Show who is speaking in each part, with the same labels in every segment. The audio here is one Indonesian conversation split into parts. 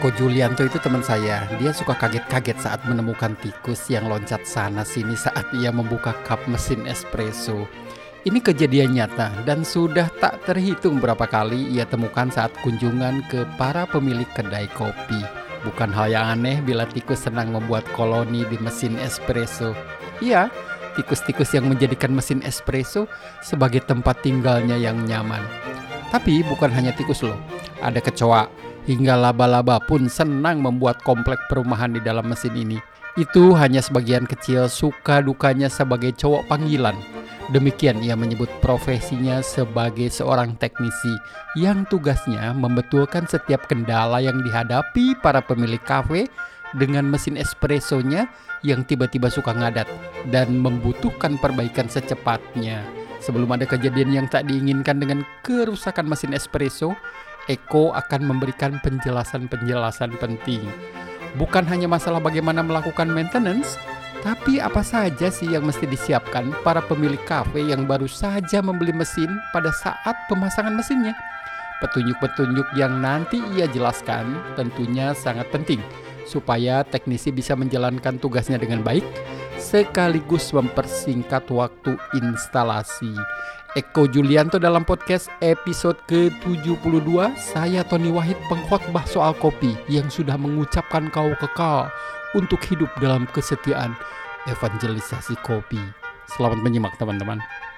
Speaker 1: Eko Julianto itu teman saya. Dia suka kaget-kaget saat menemukan tikus yang loncat sana sini saat ia membuka cup mesin espresso. Ini kejadian nyata dan sudah tak terhitung berapa kali ia temukan saat kunjungan ke para pemilik kedai kopi. Bukan hal yang aneh bila tikus senang membuat koloni di mesin espresso. Iya, tikus-tikus yang menjadikan mesin espresso sebagai tempat tinggalnya yang nyaman. Tapi bukan hanya tikus loh, ada kecoa, hingga laba-laba pun senang membuat komplek perumahan di dalam mesin ini. Itu hanya sebagian kecil suka dukanya sebagai cowok panggilan. Demikian ia menyebut profesinya sebagai seorang teknisi yang tugasnya membetulkan setiap kendala yang dihadapi para pemilik kafe dengan mesin espressonya yang tiba-tiba suka ngadat dan membutuhkan perbaikan secepatnya. Sebelum ada kejadian yang tak diinginkan dengan kerusakan mesin espresso, Eko akan memberikan penjelasan-penjelasan penting. Bukan hanya masalah bagaimana melakukan maintenance, tapi apa saja sih yang mesti disiapkan para pemilik kafe yang baru saja membeli mesin pada saat pemasangan mesinnya. Petunjuk-petunjuk yang nanti ia jelaskan tentunya sangat penting supaya teknisi bisa menjalankan tugasnya dengan baik sekaligus mempersingkat waktu instalasi. Eko Julianto dalam podcast episode ke-72. Saya Tony Wahid, pengkhotbah soal kopi yang sudah mengucapkan kau kekal untuk hidup dalam kesetiaan evangelisasi kopi. Selamat menyimak teman-teman.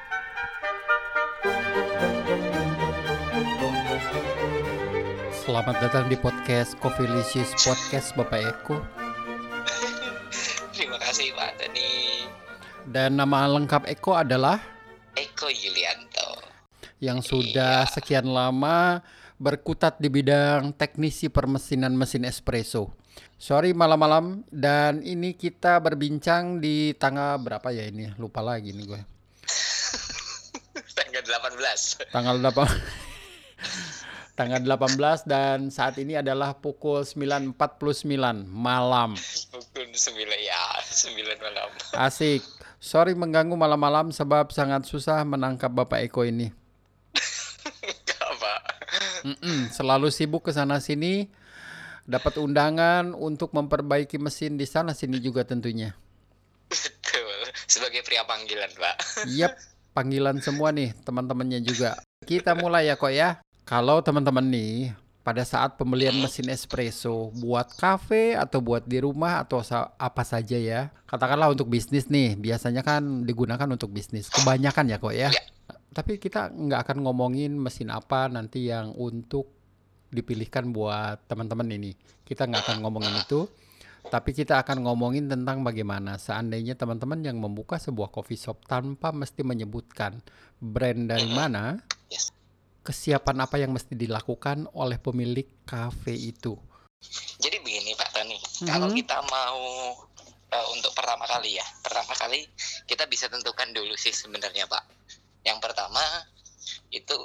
Speaker 1: Selamat datang di podcast Coffeelicious Podcast Bapak Eko.
Speaker 2: Terima kasih Pak Tony.
Speaker 1: Dan nama lengkap Eko adalah
Speaker 2: Eko Julianto,
Speaker 1: yang sudah sekian lama berkutat di bidang teknisi permesinan mesin espresso. Sorry malam-malam, dan ini kita berbincang di tanggal berapa ya ini? Lupa lagi nih gue.
Speaker 2: Tanggal 18.
Speaker 1: Tanggal 18 dan saat ini adalah pukul 9.49 malam.
Speaker 2: Pukul 9 ya, 9 malam.
Speaker 1: Asik. Sorry mengganggu malam-malam sebab sangat susah menangkap Bapak Eko ini.
Speaker 2: Enggak, Pak.
Speaker 1: Selalu sibuk ke sana sini, dapat undangan untuk memperbaiki mesin di sana sini juga tentunya.
Speaker 2: Betul. Sebagai pria panggilan, Pak.
Speaker 1: Yap, panggilan semua nih teman-temannya juga. Kita mulai ya kok ya. Kalau teman-teman nih pada saat pembelian mesin espresso buat kafe atau buat di rumah atau apa saja ya, katakanlah untuk bisnis nih, biasanya kan digunakan untuk bisnis kebanyakan ya kok ya. Tapi kita nggak akan ngomongin mesin apa nanti yang untuk dipilihkan buat teman-teman ini. Kita nggak akan ngomongin itu, tapi kita akan ngomongin tentang bagaimana seandainya teman-teman yang membuka sebuah coffee shop tanpa mesti menyebutkan brand dari mana, kesiapan apa yang mesti dilakukan oleh pemilik kafe itu.
Speaker 2: Jadi begini Pak Tony, kalau kita mau untuk pertama kali kita bisa tentukan dulu sih sebenarnya Pak. Yang pertama itu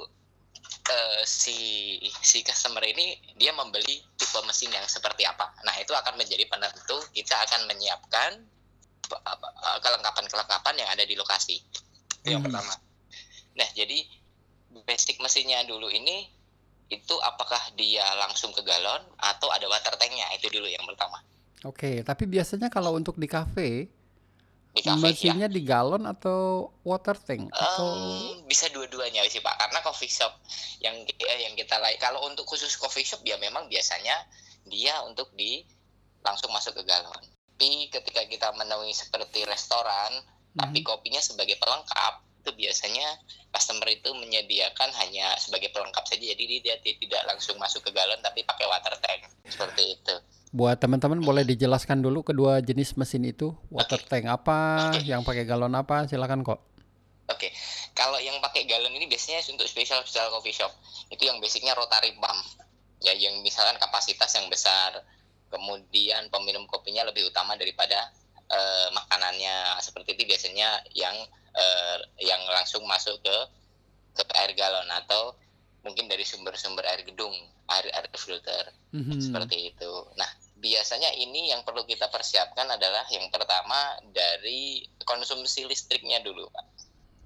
Speaker 2: si customer ini dia membeli tipe mesin yang seperti apa. Nah itu akan menjadi penentu kita akan menyiapkan kelengkapan-kelengkapan yang ada di lokasi. Itu yang pertama. Nah jadi basic mesinnya dulu ini itu apakah dia langsung ke galon atau ada water tanknya, itu dulu yang pertama.
Speaker 1: Oke, tapi biasanya kalau untuk di kafe mesinnya ya, di galon atau water tank atau
Speaker 2: bisa dua-duanya sih Pak, karena coffee shop yang kita kalau untuk khusus coffee shop ya memang biasanya dia untuk langsung masuk ke galon. Tapi ketika kita menemui seperti restoran tapi kopinya sebagai pelengkap, itu biasanya customer itu menyediakan hanya sebagai pelengkap saja, jadi dia tidak langsung masuk ke galon tapi pakai water tank seperti itu.
Speaker 1: Buat teman-teman boleh dijelaskan dulu kedua jenis mesin itu, water tank apa, yang pakai galon apa, silakan kok.
Speaker 2: Oke. Kalau yang pakai galon ini biasanya untuk spesial coffee shop, itu yang basicnya rotary pump ya, yang misalkan kapasitas yang besar, kemudian peminum kopinya lebih utama daripada makanannya, seperti itu biasanya yang langsung masuk ke air galon atau mungkin dari sumber-sumber air gedung, air filter, seperti itu. Nah, biasanya ini yang perlu kita persiapkan adalah yang pertama dari konsumsi listriknya dulu, Pak.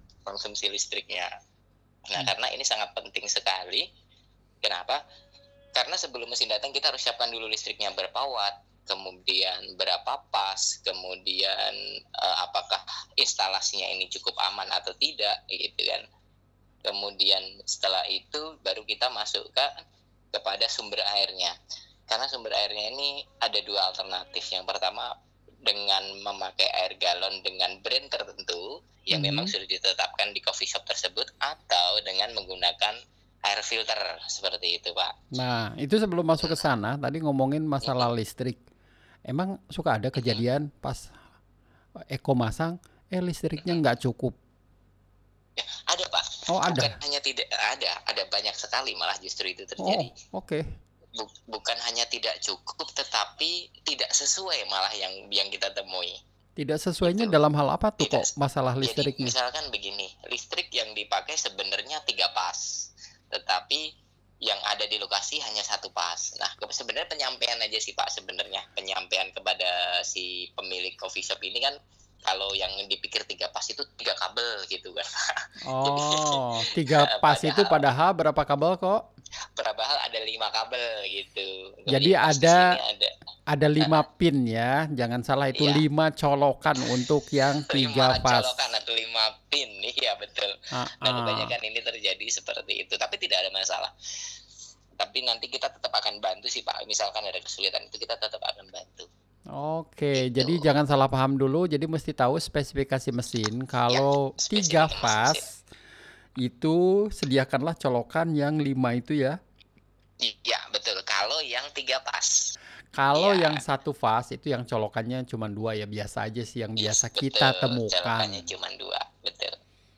Speaker 2: Konsumsi listriknya. Nah, karena ini sangat penting sekali. Kenapa? Karena sebelum mesin datang kita harus siapkan dulu listriknya berapa watt, kemudian berapa pas, kemudian apakah instalasinya ini cukup aman atau tidak, gitu kan. Kemudian setelah itu baru kita masukkan kepada sumber airnya. Karena sumber airnya ini ada dua alternatif. Yang pertama dengan memakai air galon dengan brand tertentu yang memang sudah ditetapkan di coffee shop tersebut, atau dengan menggunakan air filter seperti itu, Pak.
Speaker 1: Nah, itu sebelum masuk ke sana, tadi ngomongin masalah listrik. Emang suka ada kejadian pas Eko masang, listriknya nggak cukup.
Speaker 2: Ya, ada, Pak.
Speaker 1: Oh, ada.
Speaker 2: Bukan hanya tidak ada banyak sekali malah justru itu terjadi.
Speaker 1: Oh, oke.
Speaker 2: Bukan hanya tidak cukup, tetapi tidak sesuai malah yang kita temui.
Speaker 1: Tidak sesuainya
Speaker 2: Itu.
Speaker 1: dalam hal apa tuh
Speaker 2: Tidak.
Speaker 1: kok masalah
Speaker 2: Jadi
Speaker 1: listriknya?
Speaker 2: misalkan begini, listrik yang dipakai sebenarnya 3 pas, tetapi yang ada di lokasi hanya 1 pas. Nah, sebenarnya penyampaian aja sih Pak, sebenarnya penyampaian kepada si pemilik coffee shop ini kan, kalau yang dipikir 3 pas itu 3 kabel gitu kan.
Speaker 1: Oh, 3 pas itu padahal berapa kabel kok?
Speaker 2: Padahal ada 5 kabel gitu.
Speaker 1: Jadi
Speaker 2: pas di sini
Speaker 1: ada 5 pin ya, jangan salah itu
Speaker 2: Iya.
Speaker 1: 5 colokan untuk yang 3
Speaker 2: 5
Speaker 1: pas.
Speaker 2: colokan atau 5 pin, iya betul. Dan kebanyakan ini terjadi seperti itu, tapi tidak ada masalah. Tapi nanti kita tetap akan bantu sih Pak, misalkan ada kesulitan itu kita tetap akan bantu.
Speaker 1: Oke,
Speaker 2: Gitu.
Speaker 1: jadi jangan salah paham dulu, jadi mesti tahu spesifikasi mesin. Kalau 3 pas itu sediakanlah colokan yang 5 itu ya.
Speaker 2: Iya betul, kalau yang 3 pas.
Speaker 1: Kalau yang 1 pas itu yang colokannya cuma 2 ya, biasa aja sih yang biasa kita temukan.
Speaker 2: Colokannya cuma 2, betul.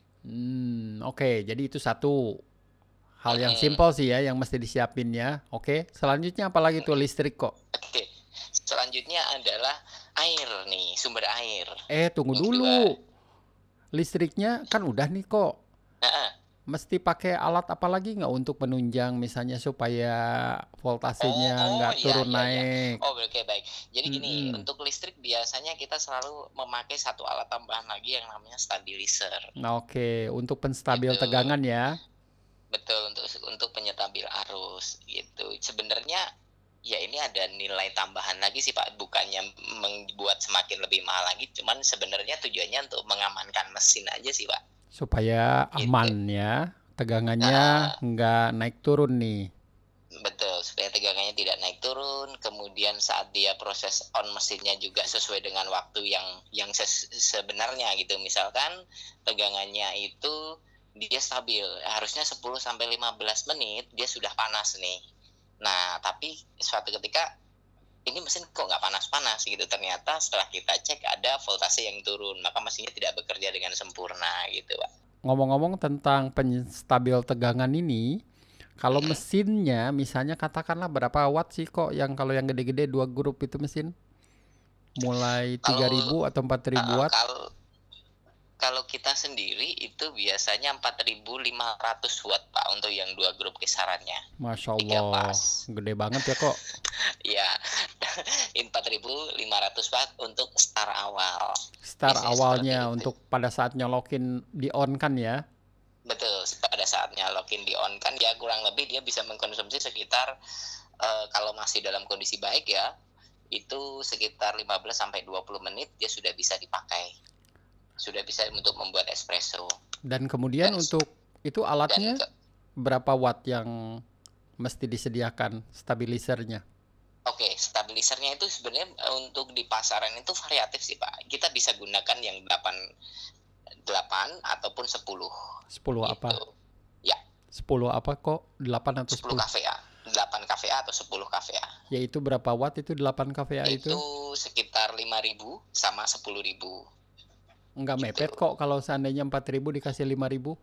Speaker 1: Oke, jadi itu satu hal yang simpel sih ya, yang mesti disiapin ya. Oke, selanjutnya apalagi tuh listrik kok?
Speaker 2: Oke, selanjutnya adalah air nih, sumber air.
Speaker 1: Tunggu dulu. Listriknya kan udah nih kok. Mesti pakai alat apa lagi nggak untuk penunjang misalnya supaya voltasenya nggak turun naik?
Speaker 2: Oh oke baik. Jadi gini, untuk listrik biasanya kita selalu memakai satu alat tambahan lagi yang namanya stabilizer.
Speaker 1: Nah, oke, untuk penstabil tegangan ya.
Speaker 2: Betul, untuk penyetabil arus gitu. Sebenarnya ya ini ada nilai tambahan lagi sih Pak, bukannya membuat semakin lebih mahal lagi, cuman sebenarnya tujuannya untuk mengamankan mesin aja sih Pak.
Speaker 1: Supaya aman gitu. Ya, tegangannya nggak naik turun nih.
Speaker 2: Betul, supaya tegangannya tidak naik turun, kemudian saat dia proses on mesinnya juga sesuai dengan waktu yang sebenarnya gitu. Misalkan tegangannya itu dia stabil, harusnya 10-15 menit dia sudah panas nih. Nah, tapi suatu ketika ini mesin kok nggak panas-panas gitu, ternyata setelah kita cek ada voltase yang turun, maka mesinnya tidak bekerja dengan sempurna gitu Pak.
Speaker 1: Ngomong-ngomong tentang penstabil tegangan ini, kalau mesinnya misalnya katakanlah berapa watt sih kok, yang kalau yang gede-gede 2 grup itu mesin? Mulai 3.000 atau 4.000 watt?
Speaker 2: Kalau kita sendiri itu biasanya 4.500 watt Pak untuk yang 2 grup kisarannya.
Speaker 1: Masya Allah, gede banget ya kok.
Speaker 2: Iya, 4.500 watt untuk start awal.
Speaker 1: Start awalnya untuk pada saat nyolokin di on kan ya?
Speaker 2: Betul, pada saat nyolokin di on kan ya kurang lebih dia bisa mengkonsumsi sekitar kalau masih dalam kondisi baik ya, itu sekitar 15-20 menit dia sudah bisa dipakai. Sudah bisa untuk membuat espresso.
Speaker 1: Dan kemudian untuk itu alatnya berapa watt yang mesti disediakan stabilisernya?
Speaker 2: Oke, stabilisernya itu sebenarnya untuk di pasaran itu variatif sih Pak. Kita bisa gunakan yang 8 ataupun 10.
Speaker 1: 10 apa?
Speaker 2: Ya.
Speaker 1: 10 apa kok? 8 atau 10?
Speaker 2: 10 kVA. 8 kVA atau 10 kVA.
Speaker 1: Yaitu berapa watt itu 8 kVA itu?
Speaker 2: Itu sekitar 5.000 sama 10.000.
Speaker 1: Enggak mepet kok kalau seandainya 4.000 dikasih 5.000?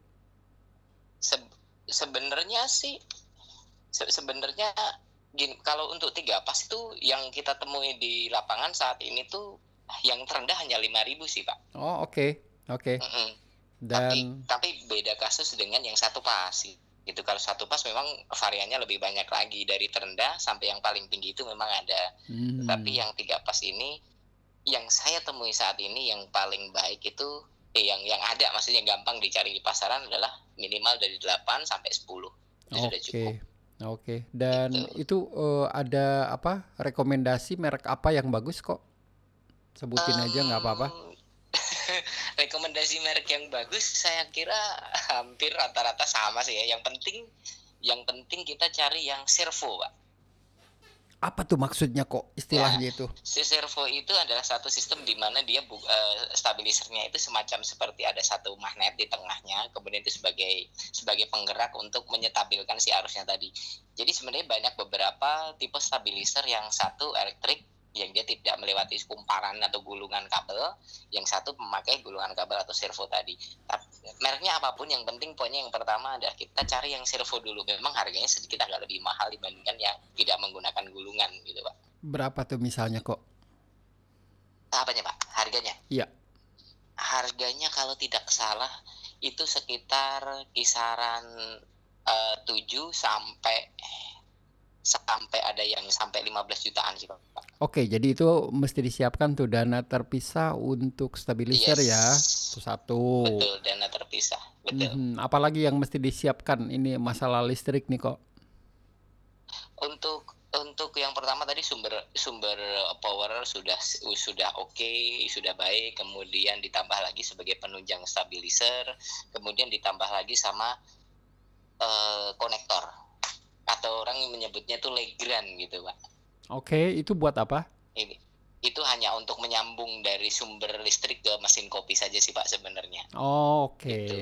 Speaker 2: Sebenarnya sih sebenarnya gini, kalau untuk 3 pas itu yang kita temui di lapangan saat ini tuh yang terendah hanya 5.000 sih Pak.
Speaker 1: Oh oke.
Speaker 2: Dan tapi beda kasus dengan yang 1 pas gitu. Kalau 1 pas memang variannya lebih banyak lagi, dari terendah sampai yang paling tinggi itu memang ada. Tapi yang 3 pas ini yang saya temui saat ini yang paling baik itu yang ada maksudnya gampang dicari di pasaran adalah minimal dari 8 sampai 10. Itu sudah cukup.
Speaker 1: Oke. Dan
Speaker 2: gitu.
Speaker 1: itu ada apa? Rekomendasi merek apa yang bagus kok? Sebutin aja nggak apa-apa.
Speaker 2: Em, rekomendasi merek yang bagus saya kira hampir rata-rata sama sih ya. Yang penting kita cari yang servo, Pak.
Speaker 1: Apa tuh maksudnya kok
Speaker 2: Ya,
Speaker 1: istilahnya itu?
Speaker 2: si servo itu adalah satu sistem di mana dia stabilisernya itu semacam seperti ada satu magnet di tengahnya, kemudian itu sebagai penggerak untuk menyetabilkan si arusnya tadi. Jadi sebenarnya banyak beberapa tipe stabilizer, yang satu elektrik yang dia tidak melewati kumparan atau gulungan kabel, yang satu memakai gulungan kabel atau servo tadi. Mereknya apapun, yang penting poinnya yang pertama adalah kita cari yang servo dulu. Memang harganya sedikit agak lebih mahal dibandingkan yang tidak menggunakan gulungan gitu, Pak.
Speaker 1: Berapa tuh misalnya kok?
Speaker 2: Apanya, Pak? Harganya?
Speaker 1: Iya.
Speaker 2: Harganya kalau tidak salah itu sekitar kisaran 7 sampai ada yang sampai 15 jutaan sih, Pak.
Speaker 1: Oke, jadi itu mesti disiapkan tuh dana terpisah untuk stabilizer ya. Itu
Speaker 2: Yes,
Speaker 1: satu.
Speaker 2: betul, dana terpisah, betul.
Speaker 1: Apalagi yang mesti disiapkan? Ini masalah listrik nih kok.
Speaker 2: Untuk yang pertama tadi sumber sumber power sudah oke, sudah baik, kemudian ditambah lagi sebagai penunjang stabilizer, kemudian ditambah lagi sama konektor, atau orang menyebutnya itu Legrand gitu, Pak.
Speaker 1: Oke, itu buat apa?
Speaker 2: Ini itu hanya untuk menyambung dari sumber listrik ke mesin kopi saja sih, Pak, sebenarnya.
Speaker 1: Oke.
Speaker 2: Gitu.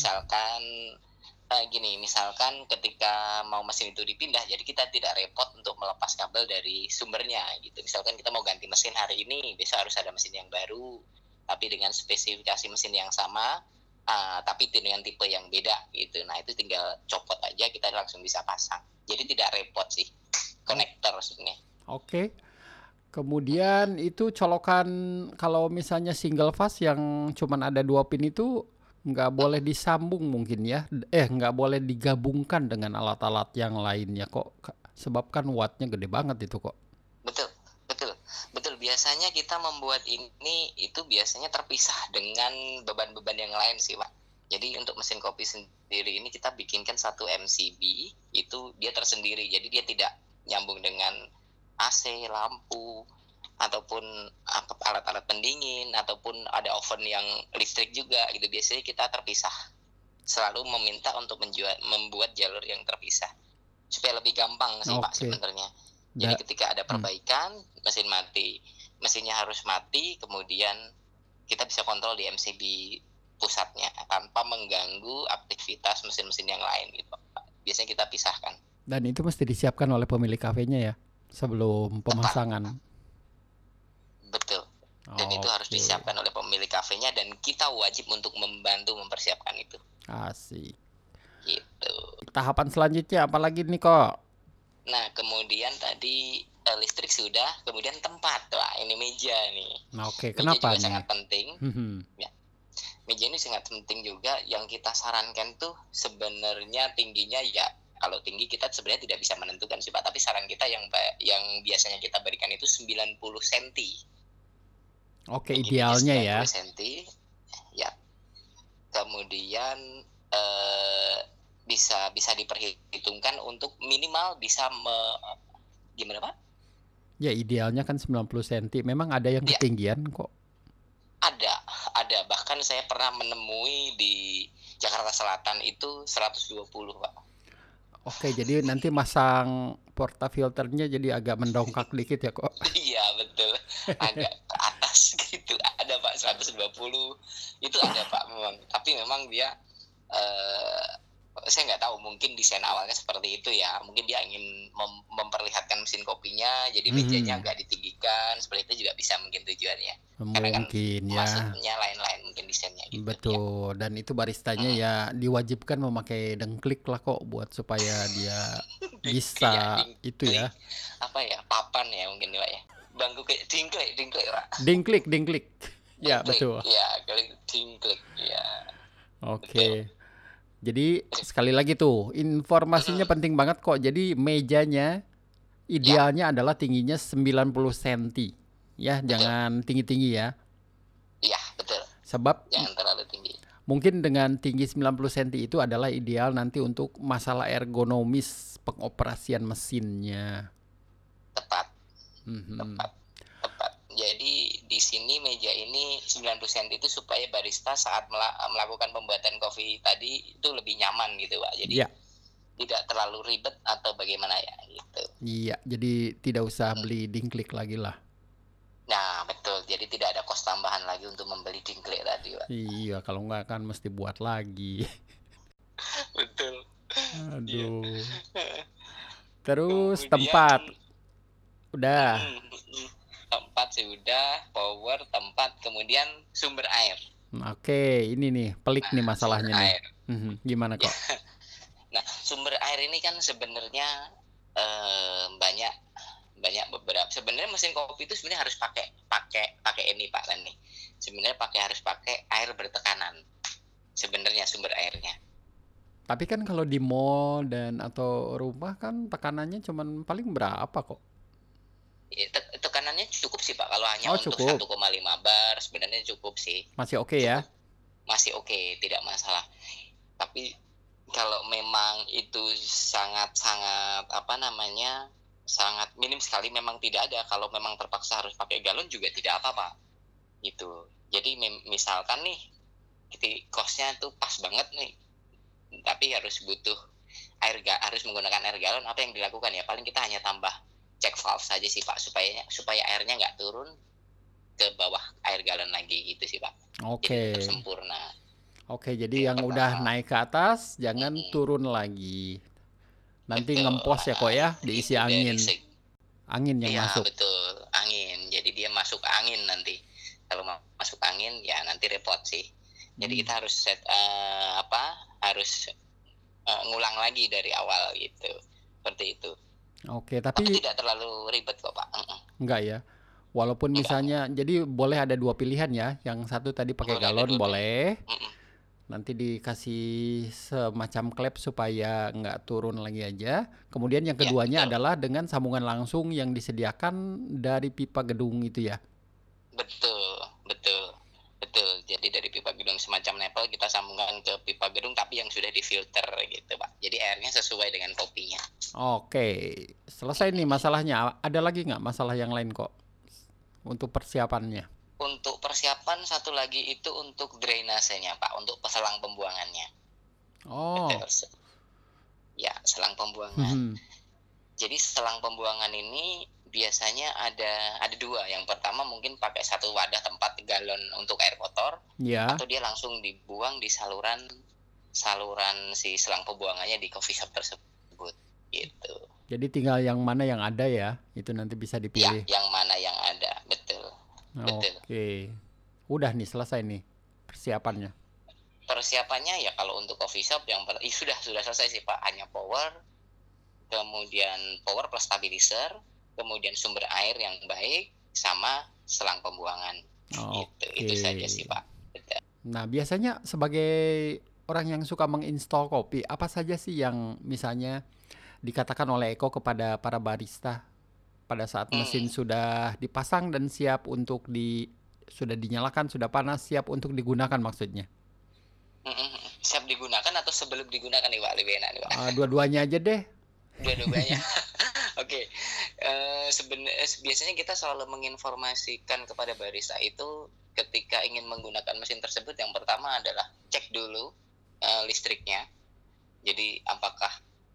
Speaker 2: Misalkan ketika mau mesin itu dipindah, jadi kita tidak repot untuk melepas kabel dari sumbernya gitu. Misalkan kita mau ganti mesin hari ini, besok harus ada mesin yang baru, tapi dengan spesifikasi mesin yang sama, tapi dengan tipe yang beda gitu. Nah, itu tinggal copot aja, kita langsung bisa pasang. Jadi tidak repot sih, konektor maksudnya.
Speaker 1: Oke. Kemudian itu colokan kalau misalnya single fast yang cuman ada 2 pin itu nggak boleh disambung mungkin ya. Nggak boleh digabungkan dengan alat-alat yang lainnya kok. Sebab kan wattnya gede banget itu kok.
Speaker 2: Betul, betul, betul. Biasanya kita membuat ini itu biasanya terpisah dengan beban-beban yang lain sih, Pak. Jadi untuk mesin kopi sendiri ini kita bikinkan satu MCB, itu dia tersendiri. Jadi dia tidak nyambung dengan AC, lampu, ataupun alat-alat pendingin, ataupun ada oven yang listrik juga gitu. Biasanya kita terpisah. Selalu meminta untuk membuat jalur yang terpisah supaya lebih gampang sih, Pak,
Speaker 1: Oke.
Speaker 2: sebenarnya. Jadi ketika ada perbaikan, mesin mati, mesinnya harus mati, kemudian kita bisa kontrol di MCB pusatnya tanpa mengganggu aktivitas mesin-mesin yang lain gitu, Pak. Biasanya kita pisahkan.
Speaker 1: Dan itu mesti disiapkan oleh pemilik kafenya ya sebelum
Speaker 2: Tepat,
Speaker 1: pemasangan.
Speaker 2: betul. Dan itu harus
Speaker 1: Oke.
Speaker 2: disiapkan oleh pemilik kafenya, dan kita wajib untuk membantu mempersiapkan itu.
Speaker 1: Asik.
Speaker 2: Gitu.
Speaker 1: Tahapan selanjutnya apa lagi nih kok?
Speaker 2: Nah, kemudian tadi listrik sudah, kemudian tempat. Wah, ini meja nih.
Speaker 1: Nah, oke,
Speaker 2: Meja
Speaker 1: kenapa
Speaker 2: juga
Speaker 1: nih?
Speaker 2: sangat penting. Ya. Meja ini sangat penting juga. Yang kita sarankan tuh sebenarnya tingginya ya, kalau tinggi kita sebenarnya tidak bisa menentukan sih, Pak, tapi saran kita yang biasanya kita berikan itu 90 cm.
Speaker 1: Oke,
Speaker 2: Tingginya
Speaker 1: idealnya ya.
Speaker 2: 90 cm. Ya. Kemudian bisa diperhitungkan untuk minimal bisa gimana, Pak?
Speaker 1: Ya idealnya kan 90 cm. Memang ada yang
Speaker 2: Ya,
Speaker 1: ketinggian kok.
Speaker 2: ada. Bahkan saya pernah menemui di Jakarta Selatan itu 120, Pak.
Speaker 1: Oke, jadi nanti masang portafilternya jadi agak mendongkak dikit ya kok.
Speaker 2: Iya, betul. Agak ke atas gitu. Ada, Pak, 120. Itu ada, Pak, memang. Tapi memang dia saya nggak tahu, mungkin desain awalnya seperti itu ya, mungkin dia ingin memperlihatkan mesin kopinya, jadi mejanya agak ditinggikan, seperti itu juga bisa mungkin tujuannya, karena kan
Speaker 1: Mungkin ya.
Speaker 2: maksudnya lain-lain mungkin desainnya gitu.
Speaker 1: Betul. Dan itu baristanya ya diwajibkan memakai dengklik lah kok buat supaya dia bisa itu ya.
Speaker 2: Apa ya, papan ya mungkin, Pak, ya, bangku kayak dingklik, Pak.
Speaker 1: Dingklik. Ya betul.
Speaker 2: Ya, dingklik ya.
Speaker 1: Oke. Jadi sekali lagi tuh informasinya penting banget kok. Jadi mejanya idealnya adalah tingginya 90 cm. Ya, jangan tinggi-tinggi ya.
Speaker 2: Iya, betul.
Speaker 1: Sebab
Speaker 2: Jangan terlalu tinggi.
Speaker 1: Mungkin dengan tinggi 90 cm itu adalah ideal nanti untuk masalah ergonomis pengoperasian mesinnya.
Speaker 2: Tepat,
Speaker 1: Mhm.
Speaker 2: tepat, tepat. Jadi di sini meja ini 90 cm itu supaya barista saat melakukan pembuatan kopi tadi itu lebih nyaman gitu Pak. Jadi
Speaker 1: Ya,
Speaker 2: tidak terlalu ribet atau bagaimana ya gitu.
Speaker 1: iya. Jadi tidak usah beli dingklik lagi lah.
Speaker 2: Nah betul, jadi tidak ada kos tambahan lagi untuk membeli dingklik tadi Pak.
Speaker 1: Iya, kalau nggak kan mesti buat lagi.
Speaker 2: Betul. Iya.
Speaker 1: Aduh. Terus
Speaker 2: Kemudian
Speaker 1: tempat, udah.
Speaker 2: tempat sih udah, power, tempat, kemudian sumber air.
Speaker 1: Oke, ini nih pelik nih
Speaker 2: Nah, sumber
Speaker 1: masalahnya nih.
Speaker 2: air.
Speaker 1: Gimana
Speaker 2: Ya.
Speaker 1: kok?
Speaker 2: Nah, sumber air ini kan sebenarnya banyak beberapa. Sebenarnya mesin kopi itu sebenarnya harus pakai ini Pak Len nih. Sebenarnya harus pakai air bertekanan. Sebenarnya sumber airnya.
Speaker 1: Tapi kan kalau di mall dan atau rumah kan tekanannya cuman paling berapa kok?
Speaker 2: Tekanannya cukup sih Pak. Kalau hanya
Speaker 1: Oh,
Speaker 2: untuk
Speaker 1: cukup.
Speaker 2: 1,5 bar sebenarnya cukup sih.
Speaker 1: Masih oke ya?
Speaker 2: Cukup, masih oke, tidak masalah. Tapi kalau memang itu sangat sangat minim sekali, memang tidak ada. Kalau memang terpaksa harus pakai galon juga tidak apa-apa gitu. Jadi misalkan nih kosnya tuh pas banget nih, tapi harus harus menggunakan air galon, apa yang dilakukan ya paling kita hanya tambah cek valve saja sih Pak, supaya airnya nggak turun ke bawah air galon lagi gitu sih Pak. Jadi tetap
Speaker 1: Oke.
Speaker 2: sempurna.
Speaker 1: Oke,
Speaker 2: Itu
Speaker 1: jadi
Speaker 2: yang
Speaker 1: yang udah
Speaker 2: pertama.
Speaker 1: naik ke atas jangan turun lagi. Nanti
Speaker 2: Betul.
Speaker 1: ngempos ya kok ya, diisi
Speaker 2: Itu dari
Speaker 1: angin. Angin yang
Speaker 2: iya
Speaker 1: masuk.
Speaker 2: betul, angin. Jadi dia masuk angin nanti. Kalau masuk angin ya nanti repot sih. Jadi kita harus harus ngulang lagi dari awal gitu. Seperti itu.
Speaker 1: Oke,
Speaker 2: Tapi
Speaker 1: tapi
Speaker 2: tidak terlalu ribet kok Pak.
Speaker 1: enggak ya. Walaupun
Speaker 2: Enggak.
Speaker 1: misalnya, jadi boleh ada dua pilihan ya. Yang satu tadi pakai
Speaker 2: Boleh ada
Speaker 1: galon
Speaker 2: dua pilihan.
Speaker 1: boleh. Nanti dikasih semacam klep supaya nggak turun lagi aja. Kemudian yang
Speaker 2: Ya
Speaker 1: keduanya
Speaker 2: betul.
Speaker 1: adalah dengan sambungan langsung yang disediakan dari pipa gedung itu ya.
Speaker 2: Betul, betul, betul. Jadi dari pipa gedung semacam Nepal kita sambungkan ke pipa gedung tapi yang sudah difilter gitu Pak. Jadi airnya sesuai dengan kopinya.
Speaker 1: Oke, selesai nih masalahnya. Ada lagi nggak masalah yang lain kok untuk persiapannya?
Speaker 2: Untuk persiapan satu lagi itu untuk drainasenya Pak, untuk selang pembuangannya.
Speaker 1: Oh,
Speaker 2: Betul. Ya, selang pembuangan. Jadi selang pembuangan ini biasanya ada dua. Yang pertama mungkin pakai satu wadah tempat galon untuk air kotor,
Speaker 1: ya.
Speaker 2: atau dia langsung dibuang di saluran si selang pembuangannya di coffee shop tersebut gitu.
Speaker 1: Jadi tinggal yang mana yang ada ya, itu nanti bisa
Speaker 2: Ya,
Speaker 1: dipilih.
Speaker 2: yang mana yang ada, betul. Betul.
Speaker 1: Oke, udah nih selesai nih persiapannya.
Speaker 2: Persiapannya ya kalau untuk coffee shop sudah selesai sih Pak, hanya power, kemudian power plus stabilizer, kemudian sumber air yang baik, sama selang pembuangan.
Speaker 1: Oke.
Speaker 2: Itu saja sih Pak. Betul.
Speaker 1: Nah, biasanya sebagai orang yang suka menginstal kopi, apa saja sih yang misalnya dikatakan oleh Eko kepada para barista pada saat mesin sudah dipasang dan siap untuk sudah dinyalakan, sudah panas, siap untuk digunakan maksudnya?
Speaker 2: Siap digunakan atau sebelum digunakan nih Pak, lebih enak nih Pak.
Speaker 1: Dua-duanya aja deh.
Speaker 2: Dua-duanya. Oke. Sebenarnya biasanya kita selalu menginformasikan kepada barista itu ketika ingin menggunakan mesin tersebut, yang pertama adalah cek dulu listriknya. Jadi apakah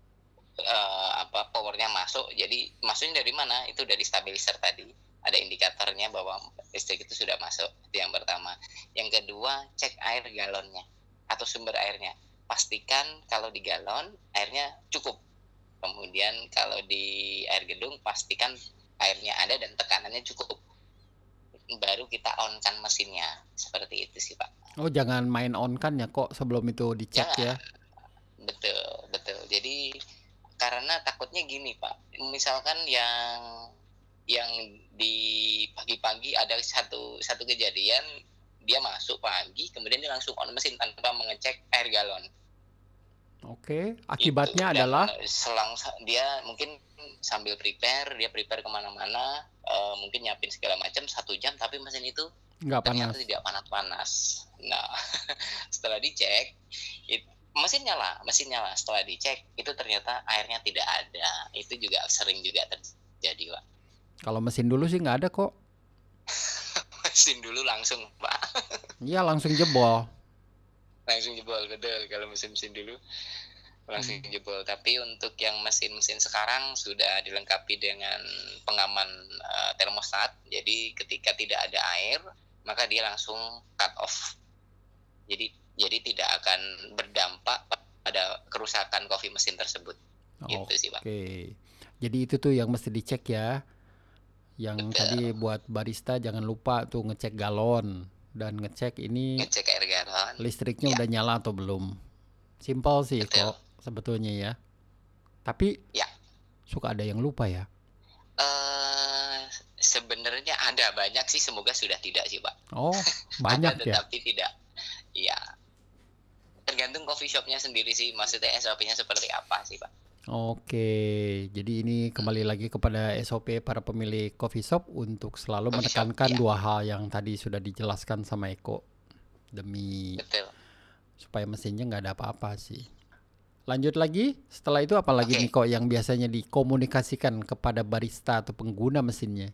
Speaker 2: powernya masuk. Jadi maksudnya dari mana? Itu dari stabilizer tadi. Ada indikatornya bahwa listrik itu sudah masuk. Itu yang pertama. Yang kedua, cek air galonnya atau sumber airnya. Pastikan kalau di galon airnya cukup. Kemudian kalau di air gedung pastikan airnya ada dan tekanannya cukup. Baru kita on-kan mesinnya. Seperti itu sih Pak.
Speaker 1: Oh, jangan main on kan ya kok sebelum itu dicek ya.
Speaker 2: Betul, betul. Jadi karena takutnya gini Pak, misalkan yang di pagi-pagi ada satu kejadian, dia masuk pagi kemudian dia langsung on mesin tanpa mengecek air galon.
Speaker 1: Oke, akibatnya
Speaker 2: Dan
Speaker 1: adalah
Speaker 2: selang dia mungkin sambil prepare kemana-mana, mungkin nyiapin segala macam 1 jam, tapi mesin itu
Speaker 1: Nggak
Speaker 2: Ternyata
Speaker 1: panas.
Speaker 2: tidak panas-panas. Nah, setelah dicek, mesin nyala. Setelah dicek, itu ternyata airnya tidak ada. Itu juga sering juga terjadi, Pak.
Speaker 1: Kalau mesin dulu sih nggak ada kok.
Speaker 2: Mesin dulu langsung, Pak.
Speaker 1: Iya langsung jebol.
Speaker 2: Langsung jebol, betul. Kalau mesin-mesin dulu langsung jebol. Tapi untuk yang mesin-mesin sekarang sudah dilengkapi dengan pengaman termostat. Jadi ketika tidak ada air, maka dia langsung cut off. Jadi tidak akan berdampak pada kerusakan kopi mesin tersebut. Gitu sih, Pak.
Speaker 1: Oke. Jadi itu tuh yang mesti dicek ya. Yang tadi
Speaker 2: Betul.
Speaker 1: buat barista jangan lupa tuh ngecek galon dan ngecek ini
Speaker 2: Ngecek air galon.
Speaker 1: listriknya
Speaker 2: Ya,
Speaker 1: udah nyala atau belum. Simpel sih
Speaker 2: betul.
Speaker 1: kok sebetulnya ya. Tapi
Speaker 2: Ya.
Speaker 1: suka ada yang lupa ya.
Speaker 2: Sebenarnya ada banyak sih, semoga sudah tidak sih, Pak.
Speaker 1: Oh,
Speaker 2: Ada
Speaker 1: banyak ya.
Speaker 2: tetapi tidak. Ya, tergantung coffee shopnya sendiri sih, maksudnya SOP-nya seperti apa sih, Pak.
Speaker 1: Oke, jadi ini kembali lagi kepada SOP para pemilik coffee shop untuk selalu
Speaker 2: Coffee shop,
Speaker 1: menekankan
Speaker 2: ya,
Speaker 1: dua hal yang tadi sudah dijelaskan sama Eko demi
Speaker 2: betul.
Speaker 1: supaya mesinnya nggak ada apa-apa sih. Lanjut lagi, setelah itu apa lagi
Speaker 2: Oke.
Speaker 1: nih kok yang biasanya dikomunikasikan kepada barista atau pengguna mesinnya?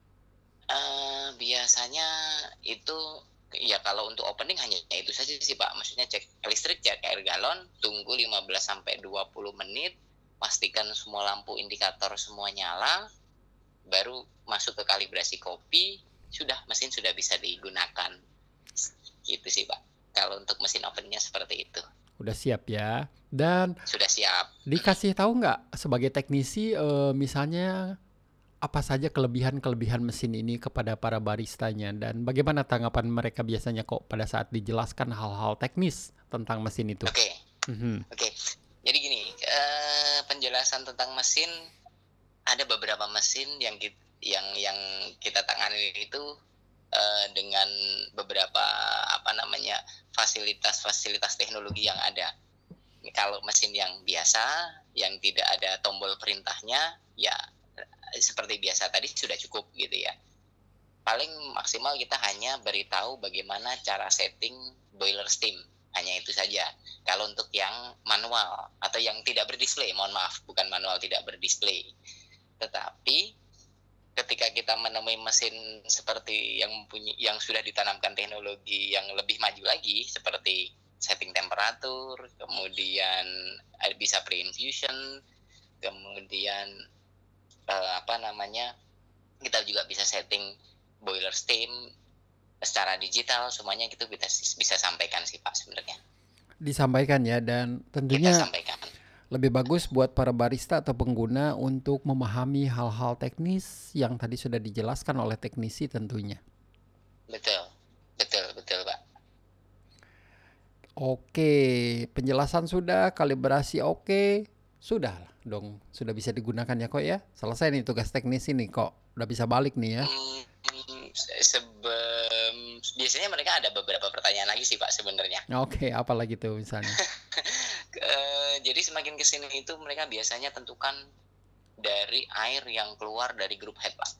Speaker 2: Biasanya itu ya kalau untuk opening hanya itu saja sih, Pak. Maksudnya cek listrik, cek air galon, tunggu 15 sampai 20 menit, pastikan semua lampu indikator semua nyala, baru masuk ke kalibrasi kopi, sudah mesin sudah bisa digunakan. Gitu sih, Pak. Kalau untuk mesin openingnya seperti itu.
Speaker 1: Udah siap ya. Dan
Speaker 2: Sudah siap.
Speaker 1: dikasih tahu nggak sebagai teknisi misalnya apa saja kelebihan-kelebihan mesin ini kepada para baristanya dan bagaimana tanggapan mereka biasanya kok pada saat dijelaskan hal-hal teknis tentang mesin itu?
Speaker 2: Oke.
Speaker 1: Mhm.
Speaker 2: Oke. Jadi gini, penjelasan tentang mesin, ada beberapa mesin yang kita tangani itu dengan beberapa fasilitas teknologi yang ada. Kalau mesin yang biasa, yang tidak ada tombol perintahnya, ya seperti biasa tadi sudah cukup gitu ya. Paling maksimal kita hanya beritahu bagaimana cara setting boiler steam, hanya itu saja. Kalau untuk yang manual atau yang tidak berdisplay, mohon maaf, bukan manual tidak berdisplay. Tetapi ketika kita menemui mesin seperti yang sudah ditanamkan teknologi yang lebih maju lagi, seperti setting temperatur, kemudian bisa pre-infusion, kemudian kita juga bisa setting boiler steam secara digital, semuanya itu kita bisa sampaikan sih, Pak, sebenarnya.
Speaker 1: Disampaikan ya, dan
Speaker 2: Kita
Speaker 1: tentunya
Speaker 2: sampaikan.
Speaker 1: lebih bagus buat para barista atau pengguna untuk memahami hal-hal teknis yang tadi sudah dijelaskan oleh teknisi tentunya.
Speaker 2: Betul, Pak.
Speaker 1: Oke, penjelasan sudah, kalibrasi oke. Sudah dong, sudah bisa digunakan ya kok ya. Selesai nih tugas teknisi nih kok. Udah bisa balik nih ya.
Speaker 2: Biasanya mereka ada beberapa pertanyaan lagi sih, Pak, sebenarnya.
Speaker 1: Oke, apa lagi tuh misalnya?
Speaker 2: Jadi semakin kesini itu mereka biasanya tentukan dari air yang keluar dari group head, Pak.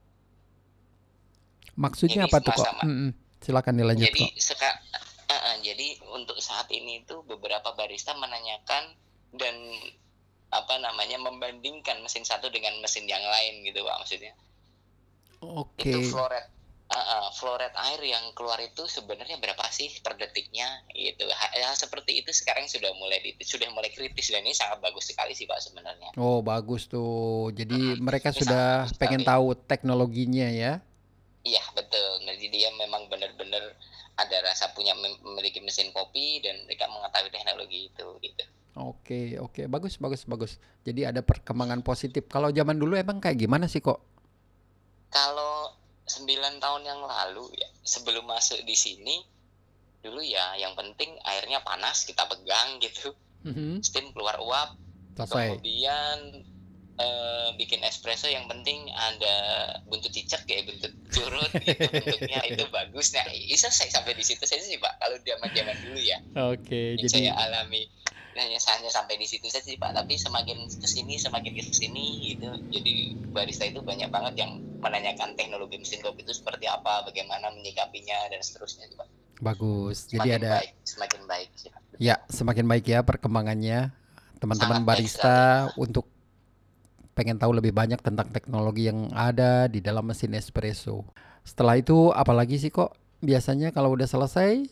Speaker 1: Maksudnya
Speaker 2: Jadi
Speaker 1: apa tuh kok? Silakan dilanjut
Speaker 2: jadi
Speaker 1: kok.
Speaker 2: Jadi untuk saat ini itu beberapa barista menanyakan dan membandingkan mesin satu dengan mesin yang lain gitu, Pak, maksudnya.
Speaker 1: Oke.
Speaker 2: Itu flow rate air yang keluar itu sebenarnya berapa sih per detiknya gitu. Hal seperti itu sekarang sudah mulai kritis dan ini sangat bagus sekali sih, Pak, sebenarnya.
Speaker 1: Oh, bagus tuh. Jadi mereka sudah pengen tahu teknologinya ya.
Speaker 2: Iya, betul. Jadi dia memang benar-benar ada rasa memiliki mesin kopi dan mereka mengetahui teknologi itu gitu.
Speaker 1: Oke. Bagus. Jadi ada perkembangan positif. Kalau zaman dulu emang kayak gimana sih kok?
Speaker 2: Kalau 9 tahun yang lalu ya, sebelum masuk di sini, dulu ya yang penting airnya panas, kita pegang gitu. Steam keluar uap.
Speaker 1: Selesai.
Speaker 2: Kemudian bikin espresso yang penting ada buntut cicak ya, buntut curut gitu bentuknya itu bagus. Nah, itu saya sampai di situ saja sih, Pak, kalau zaman-zaman dulu ya,
Speaker 1: Oke,
Speaker 2: yang saya
Speaker 1: jadi
Speaker 2: alami. Nah, hanya sampai di situ saja sih, Pak, tapi semakin ke sini gitu, jadi barista itu banyak banget yang menanyakan teknologi mesin kopi itu seperti apa, bagaimana menyikapinya dan seterusnya sih, Pak.
Speaker 1: bagus. Jadi ada
Speaker 2: Semakin baik sih, Pak.
Speaker 1: ya semakin baik ya perkembangannya. Teman-teman
Speaker 2: Sangat baik sekali.
Speaker 1: barista untuk pengen tahu lebih banyak tentang teknologi yang ada di dalam mesin espresso. Setelah itu apalagi sih kok biasanya kalau udah selesai?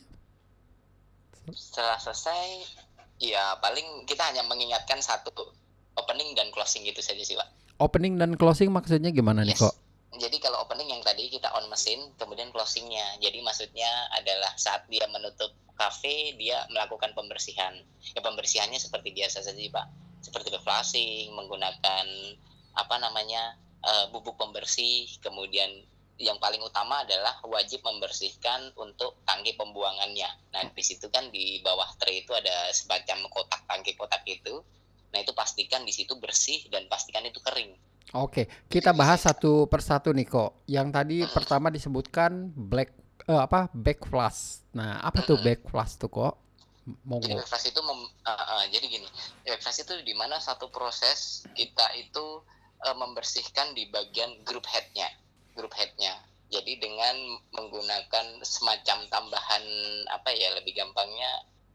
Speaker 2: Setelah selesai, ya paling kita hanya mengingatkan satu, opening dan closing gitu saja sih, Pak.
Speaker 1: Opening dan closing maksudnya gimana nih kok?
Speaker 2: Yes. Jadi kalau opening yang tadi kita on mesin, kemudian closingnya. Jadi maksudnya adalah saat dia menutup kafe, dia melakukan pembersihan. Ya pembersihannya seperti biasa saja, Pak. Seperti flushing, menggunakan apa namanya bubuk pembersih, kemudian yang paling utama adalah wajib membersihkan untuk tangki pembuangannya. Nah, di situ kan di bawah tray itu ada semacam kotak, tangki kotak itu. Nah, itu pastikan di situ bersih dan pastikan itu kering.
Speaker 1: Oke,
Speaker 2: Itu
Speaker 1: kita bahas
Speaker 2: biasanya.
Speaker 1: satu persatu nih kok. Yang tadi pertama disebutkan back flash. Nah, apa tuh back flash tuh kok?
Speaker 2: Jadi
Speaker 1: Monggo.
Speaker 2: backflash itu jadi gini, backflash itu di mana satu proses kita itu membersihkan di bagian group headnya. Jadi dengan menggunakan semacam tambahan apa ya, lebih gampangnya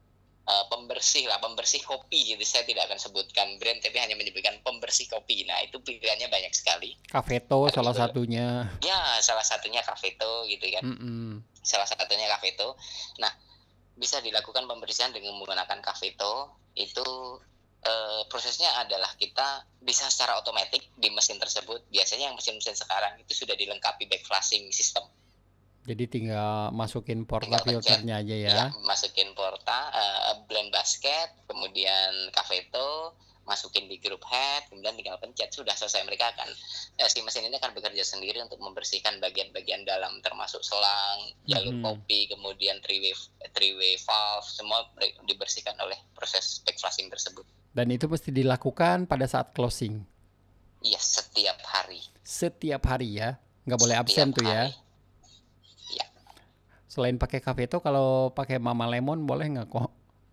Speaker 2: pembersih kopi gitu. Saya tidak akan sebutkan brand, tapi hanya menyebutkan pembersih kopi. Nah, itu pilihannya banyak sekali.
Speaker 1: Cafeto
Speaker 2: Ada
Speaker 1: salah
Speaker 2: beberapa.
Speaker 1: satunya.
Speaker 2: Ya, salah satunya Cafeto gitu kan.
Speaker 1: Mm-mm.
Speaker 2: Salah satunya Cafeto. Nah, bisa dilakukan pembersihan dengan menggunakan Cafeto. Itu prosesnya adalah kita bisa secara otomatis di mesin tersebut. Biasanya yang mesin-mesin sekarang itu sudah dilengkapi backflushing system.
Speaker 1: Jadi tinggal masukin porta
Speaker 2: Tinggal pencet,
Speaker 1: filternya aja ya.
Speaker 2: ya masukin porta, blend basket, kemudian Cafeto, masukin di group head, kemudian tinggal pencet, sudah selesai. Mereka akan si mesin ini akan bekerja sendiri untuk membersihkan bagian-bagian dalam, termasuk selang, jalur
Speaker 1: Mhm.
Speaker 2: kopi, kemudian three-way valve, semua dibersihkan oleh proses backflushing tersebut.
Speaker 1: Dan itu pasti dilakukan pada saat closing.
Speaker 2: Iya, setiap hari.
Speaker 1: Setiap hari ya. Nggak boleh
Speaker 2: Setiap
Speaker 1: absen tuh ya.
Speaker 2: hari. Ya.
Speaker 1: Selain pakai Cafeto, kalau pakai Mama Lemon boleh nggak kok?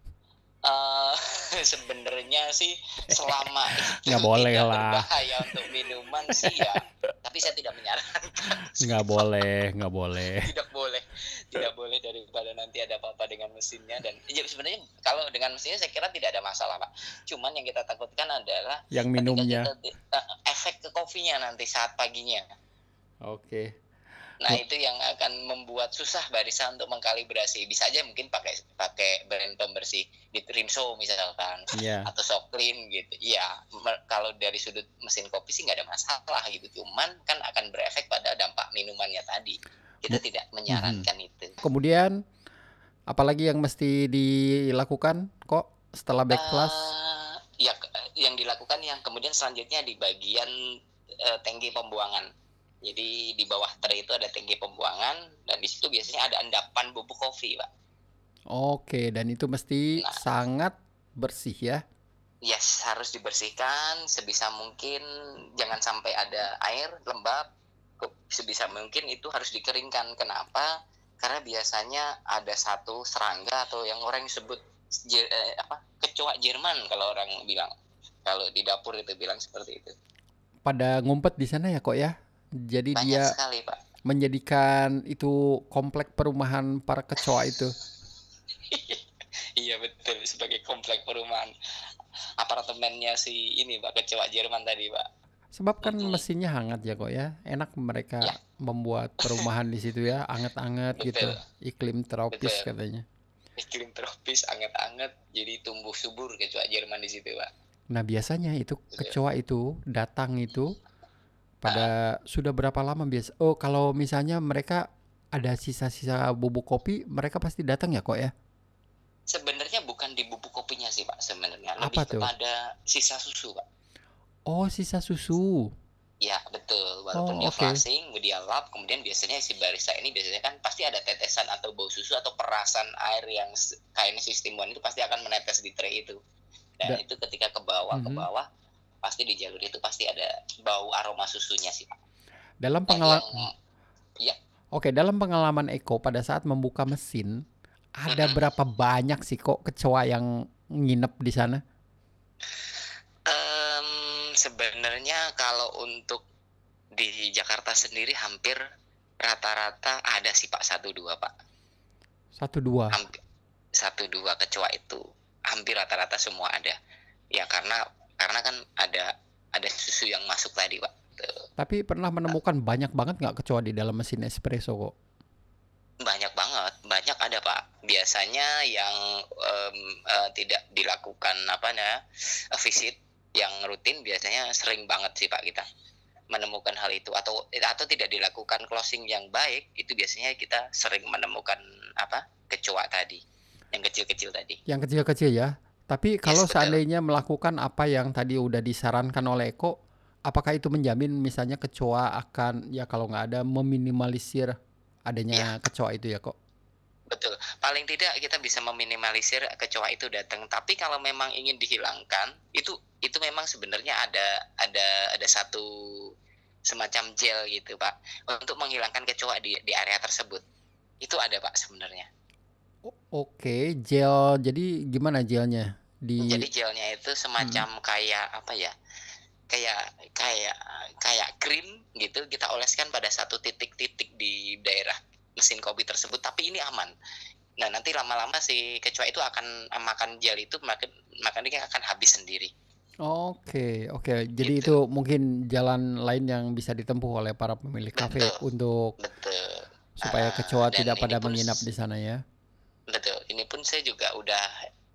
Speaker 2: Uh, sebenarnya sih selama itu
Speaker 1: Nggak boleh
Speaker 2: tidak
Speaker 1: lah.
Speaker 2: berbahaya untuk minuman sih ya, tapi saya tidak menyarankan sih,
Speaker 1: Nggak
Speaker 2: Pak.
Speaker 1: boleh, nggak boleh.
Speaker 2: Tidak boleh daripada nanti ada apa-apa dengan mesinnya. Dan ya, sebenarnya kalau dengan mesinnya saya kira tidak ada masalah, Pak. Cuman yang kita takutkan adalah
Speaker 1: Yang
Speaker 2: ketika
Speaker 1: minumnya.
Speaker 2: kita efek ke kopinya nanti saat paginya.
Speaker 1: Oke.
Speaker 2: Nah, itu yang akan membuat susah barista untuk mengkalibrasi. Bisa aja mungkin pakai brand pembersih di Trimso misalkan,
Speaker 1: Iya.
Speaker 2: atau Soclean gitu. Iya, kalau dari sudut mesin kopi sih nggak ada masalah gitu. Cuman kan akan berefek pada dampak minumannya tadi. Kita tidak menyarankan itu.
Speaker 1: Kemudian apalagi yang mesti dilakukan kok setelah backflash?
Speaker 2: Ya, yang dilakukan yang kemudian selanjutnya di bagian tangki pembuangan. Jadi di bawah tray itu ada tangki pembuangan dan di situ biasanya ada endapan bubuk kopi, Pak.
Speaker 1: Oke, dan itu mesti
Speaker 2: Nah,
Speaker 1: sangat bersih ya.
Speaker 2: yes, harus dibersihkan sebisa mungkin, jangan sampai ada air lembab. Sebisa mungkin itu harus dikeringkan. Kenapa? Karena biasanya ada satu serangga atau yang orang sebut kecoa Jerman kalau orang bilang. Kalau di dapur itu bilang seperti itu.
Speaker 1: Pada ngumpet di sana ya kok ya. Jadi
Speaker 2: Banyak
Speaker 1: dia
Speaker 2: sekali, Pak.
Speaker 1: menjadikan itu komplek perumahan para kecoa itu.
Speaker 2: Iya betul, sebagai komplek perumahan apartemennya si ini, Pak, kecoa Jerman tadi, Pak.
Speaker 1: Sebab kan mesinnya hangat ya kok ya. Enak
Speaker 2: Ya,
Speaker 1: mereka membuat perumahan di situ ya, anget-anget gitu.
Speaker 2: betul,
Speaker 1: Iklim tropis
Speaker 2: betul.
Speaker 1: katanya.
Speaker 2: Iklim tropis, anget-anget, jadi tumbuh subur kecoa Jerman di situ, Pak.
Speaker 1: Nah, biasanya itu
Speaker 2: Betul.
Speaker 1: kecoa itu datang itu
Speaker 2: Ah,
Speaker 1: pada sudah berapa lama biasa? Oh, kalau misalnya mereka ada sisa-sisa bubuk kopi, mereka pasti datang ya kok ya?
Speaker 2: sebenarnya bukan di bubuk kopinya sih, Pak, sebenarnya
Speaker 1: Apa
Speaker 2: lebih
Speaker 1: tuh?
Speaker 2: kepada sisa susu, Pak.
Speaker 1: Oh, sisa susu.
Speaker 2: Ya betul, walaupun
Speaker 1: Oh,
Speaker 2: dia
Speaker 1: oke.
Speaker 2: flushing, dia lap, kemudian biasanya si barista ini biasanya kan pasti ada tetesan atau bau susu atau perasan air yang kayaknya sistem one itu pasti akan menetes di tray itu. Dan
Speaker 1: Da-
Speaker 2: itu ketika ke bawah
Speaker 1: Mhm.
Speaker 2: pasti di jalur itu pasti ada bau aroma susunya sih Pak.
Speaker 1: Dalam
Speaker 2: Nah yang
Speaker 1: pengalaman
Speaker 2: ya
Speaker 1: Oke, dalam pengalaman Eko pada saat membuka mesin, ada
Speaker 2: mm-mm.
Speaker 1: berapa banyak sih kok kecoa yang nginep di sana?
Speaker 2: Sebenarnya kalau untuk di Jakarta sendiri hampir rata-rata ada sih Pak, 1-2 Pak.
Speaker 1: Satu dua.
Speaker 2: Hampir 1-2 kecoa itu hampir rata-rata semua ada. Ya karena kan ada susu yang masuk tadi Pak. Tuh.
Speaker 1: Tapi pernah menemukan banyak banget nggak kecoa di dalam mesin espresso kok?
Speaker 2: Banyak banget, banyak ada Pak. Biasanya yang tidak dilakukan visit yang rutin biasanya sering banget sih Pak kita menemukan hal itu, atau tidak dilakukan closing yang baik, itu biasanya kita sering menemukan kecoa tadi yang kecil-kecil tadi.
Speaker 1: Yang kecil-kecil ya. Tapi kalau
Speaker 2: Yes, betul.
Speaker 1: seandainya melakukan apa yang tadi udah disarankan oleh Eko, apakah itu menjamin misalnya kecoa akan ya kalau nggak ada meminimalisir
Speaker 2: Ya,
Speaker 1: adanya kecoa itu ya kok?
Speaker 2: betul. Paling tidak kita bisa meminimalisir kecoa itu datang. Tapi kalau memang ingin dihilangkan, itu memang sebenarnya ada satu semacam gel gitu Pak, untuk menghilangkan kecoa di area tersebut. Itu ada Pak sebenarnya.
Speaker 1: Oke, gel. Jadi gimana gelnya? Di
Speaker 2: Jadi gelnya itu
Speaker 1: Hmm.
Speaker 2: semacam kayak apa ya? Kayak kayak kayak krim gitu, kita oleskan pada satu titik-titik di daerah mesin kopi tersebut, tapi ini aman. Nah, nanti lama-lama si kecoa itu akan makan gel itu, makan dia akan habis sendiri.
Speaker 1: Oke, oke. Jadi
Speaker 2: Gitu.
Speaker 1: itu mungkin jalan lain yang bisa ditempuh oleh para pemilik kafe
Speaker 2: Betul.
Speaker 1: untuk
Speaker 2: Betul.
Speaker 1: supaya kecoa
Speaker 2: Dan
Speaker 1: tidak
Speaker 2: ini
Speaker 1: pada
Speaker 2: pun
Speaker 1: menginap di sana ya.
Speaker 2: betul. Ini pun saya juga udah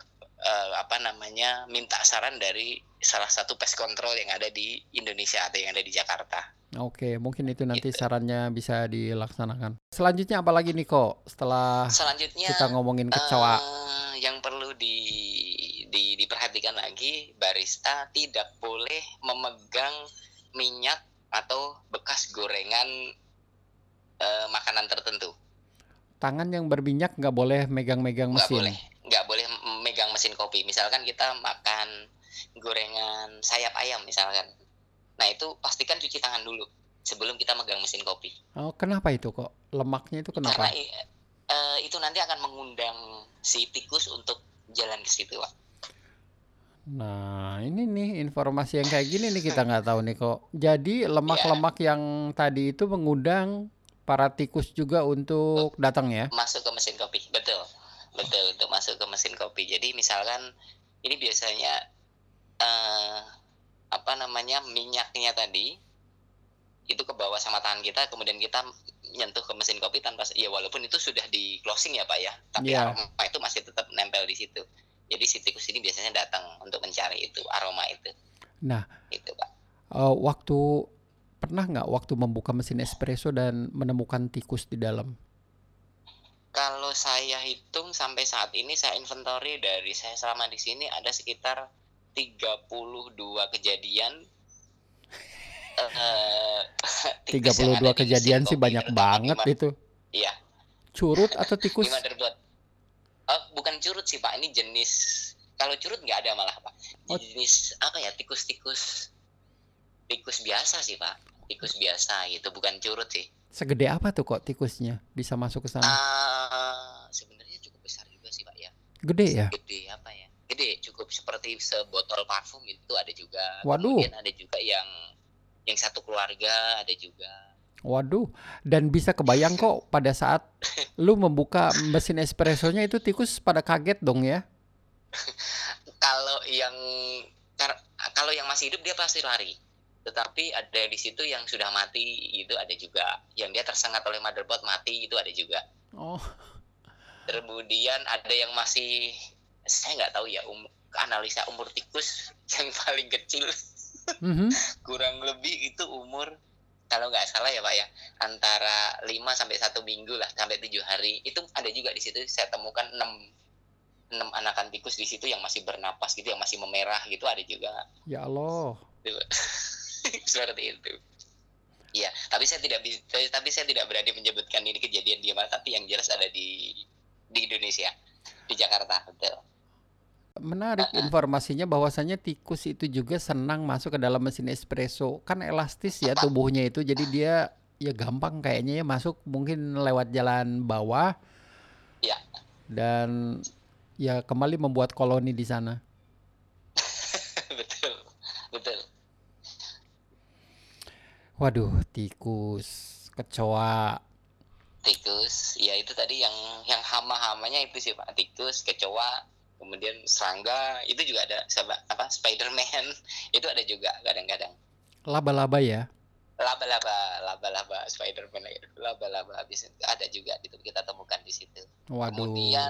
Speaker 2: minta saran dari salah satu pest control yang ada di Indonesia atau yang ada di Jakarta.
Speaker 1: Oke, mungkin itu nanti
Speaker 2: Gitu.
Speaker 1: sarannya bisa dilaksanakan. Selanjutnya apa lagi nih kok setelah
Speaker 2: Selanjutnya
Speaker 1: kita ngomongin kecoa?
Speaker 2: yang perlu diperhatikan lagi, barista tidak boleh memegang minyak atau bekas gorengan makanan tertentu.
Speaker 1: Tangan yang berminyak nggak boleh megang-megang
Speaker 2: Nggak boleh,
Speaker 1: mesin.
Speaker 2: nggak boleh megang mesin kopi. Misalkan kita makan gorengan sayap ayam misalkan. Nah itu pastikan cuci tangan dulu sebelum kita megang mesin kopi.
Speaker 1: Oh, kenapa itu kok? Lemaknya itu
Speaker 2: Karena
Speaker 1: kenapa?
Speaker 2: itu nanti akan mengundang si tikus untuk jalan ke situ, Pak.
Speaker 1: Nah, ini nih informasi yang kayak gini nih kita nggak tahu nih kok. Jadi
Speaker 2: Ya,
Speaker 1: lemak-lemak yang tadi itu mengundang para tikus juga untuk datang ya?
Speaker 2: masuk ke mesin kopi, betul, betul, untuk masuk ke mesin kopi. Jadi misalkan ini biasanya eh, minyaknya tadi itu ke bawah sama tangan kita, kemudian kita nyentuh ke mesin kopi tanpa, ya walaupun itu sudah di closing ya Pak ya, tapi
Speaker 1: Iya.
Speaker 2: aroma itu masih tetap nempel di situ. Jadi si tikus ini biasanya datang untuk mencari itu aroma itu,
Speaker 1: Nah,
Speaker 2: gitu Pak.
Speaker 1: waktu pernah nggak waktu membuka mesin espresso dan menemukan tikus di dalam?
Speaker 2: Kalau saya hitung sampai saat ini, saya inventory dari saya selama di sini ada sekitar 32 kejadian eh tikus yang ada
Speaker 1: 32
Speaker 2: di mesin
Speaker 1: kejadian sih
Speaker 2: kopi,
Speaker 1: banyak
Speaker 2: terutama
Speaker 1: banget itu.
Speaker 2: iya,
Speaker 1: Curut atau
Speaker 2: di
Speaker 1: tikus?
Speaker 2: motherboard. Bukan curut sih Pak, ini jenis, kalau curut nggak ada malah Pak.
Speaker 1: Oh,
Speaker 2: Jenis apa ya, tikus biasa sih Pak, tikus biasa gitu, bukan curut sih.
Speaker 1: segede apa tuh kok tikusnya bisa masuk ke sana?
Speaker 2: Sebenarnya cukup besar juga sih Pak ya.
Speaker 1: Gede ya?
Speaker 2: Gede apa ya? Gede, cukup seperti sebotol parfum itu ada juga.
Speaker 1: Waduh,
Speaker 2: Kemudian ada juga yang satu keluarga ada juga.
Speaker 1: waduh. Dan bisa kebayang kok pada saat lu membuka mesin espressonya itu tikus pada kaget dong ya?
Speaker 2: Kalau yang kalau yang masih hidup dia pasti lari. Tetapi ada di situ yang sudah mati itu ada juga. Yang dia tersengat oleh motherboard mati itu ada juga.
Speaker 1: Oh,
Speaker 2: Kemudian ada yang masih, saya nggak tahu ya, analisa umur tikus yang paling kecil
Speaker 1: mhm.
Speaker 2: kurang lebih itu umur, kalau nggak salah ya Pak ya, antara 5 sampai 1 minggu lah, sampai 7 hari. Itu ada juga di situ saya temukan 6 anakan tikus di situ yang masih bernapas gitu, yang masih memerah gitu ada juga.
Speaker 1: Ya Allah.
Speaker 2: Seperti itu. Iya, tapi saya tidak berani menyebutkan ini kejadian di mana, tapi yang jelas ada di Indonesia, di Jakarta, betul.
Speaker 1: menarik
Speaker 2: Ah,
Speaker 1: informasinya bahwasanya tikus itu juga senang masuk ke dalam mesin espresso. Kan elastis ya
Speaker 2: tepat.
Speaker 1: tubuhnya itu, jadi dia ya gampang kayaknya ya masuk mungkin lewat jalan bawah
Speaker 2: Ya,
Speaker 1: dan ya kembali membuat koloni di sana.
Speaker 2: betul, betul.
Speaker 1: Waduh, tikus, kecoa.
Speaker 2: Tikus, ya itu tadi yang hama-hamanya itu sih Pak, tikus, kecoa, kemudian serangga, itu juga ada sama apa Spiderman, itu ada juga kadang-kadang.
Speaker 1: Laba-laba ya.
Speaker 2: Laba-laba, laba-laba, Spiderman itu laba-laba bisa ada juga itu kita temukan di situ.
Speaker 1: Waduh,
Speaker 2: Kemudian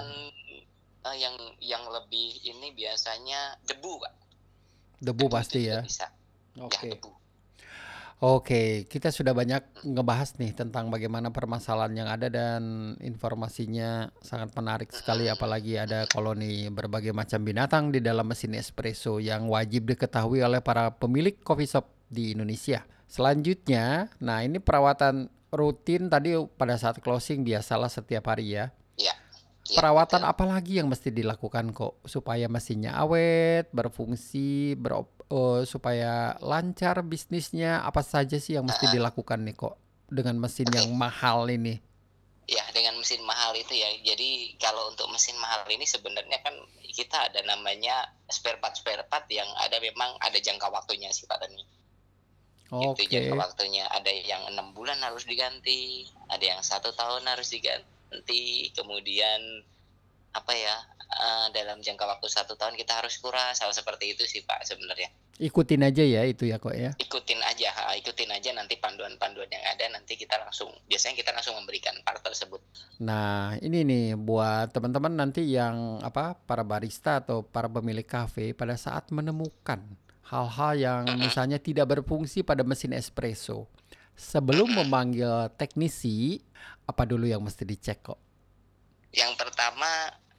Speaker 2: yang lebih ini biasanya debu Pak,
Speaker 1: debu
Speaker 2: debu itu
Speaker 1: pasti
Speaker 2: juga
Speaker 1: ya.
Speaker 2: bisa, ya
Speaker 1: Oke.
Speaker 2: debu.
Speaker 1: Oke, kita sudah banyak ngebahas nih tentang bagaimana permasalahan yang ada dan informasinya sangat menarik sekali, apalagi ada koloni berbagai macam binatang di dalam mesin espresso yang wajib diketahui oleh para pemilik coffee shop di Indonesia. Selanjutnya, nah ini perawatan rutin tadi pada saat closing biasalah setiap hari ya.
Speaker 2: Ya, ya
Speaker 1: Perawatan
Speaker 2: betul.
Speaker 1: apa lagi yang mesti dilakukan kok supaya mesinnya awet, berfungsi, supaya lancar bisnisnya? Apa saja sih yang mesti dilakukan nih kok dengan mesin
Speaker 2: Oke.
Speaker 1: yang mahal ini?
Speaker 2: Ya, dengan mesin mahal itu ya. Jadi kalau untuk mesin mahal ini sebenarnya kan kita ada namanya spare part yang ada memang ada jangka waktunya sih Pak Tani. Itu jangka
Speaker 1: Oke.
Speaker 2: waktunya. Ada yang 6 bulan harus diganti, ada yang 1 tahun harus diganti. Kemudian apa ya? Dalam jangka waktu 1 tahun kita harus kuras. Hal seperti itu sih Pak sebenarnya.
Speaker 1: Ikutin aja ya itu ya kok ya.
Speaker 2: Ikutin aja nanti panduan-panduan yang ada, nanti biasanya kita langsung memberikan part tersebut.
Speaker 1: Nah, ini nih buat teman-teman nanti yang apa para barista atau para pemilik kafe pada saat menemukan hal-hal yang
Speaker 2: Mm-mm,
Speaker 1: misalnya tidak berfungsi pada mesin espresso. Sebelum
Speaker 2: mm-mm.
Speaker 1: memanggil teknisi, apa dulu yang mesti dicek kok?
Speaker 2: Yang pertama,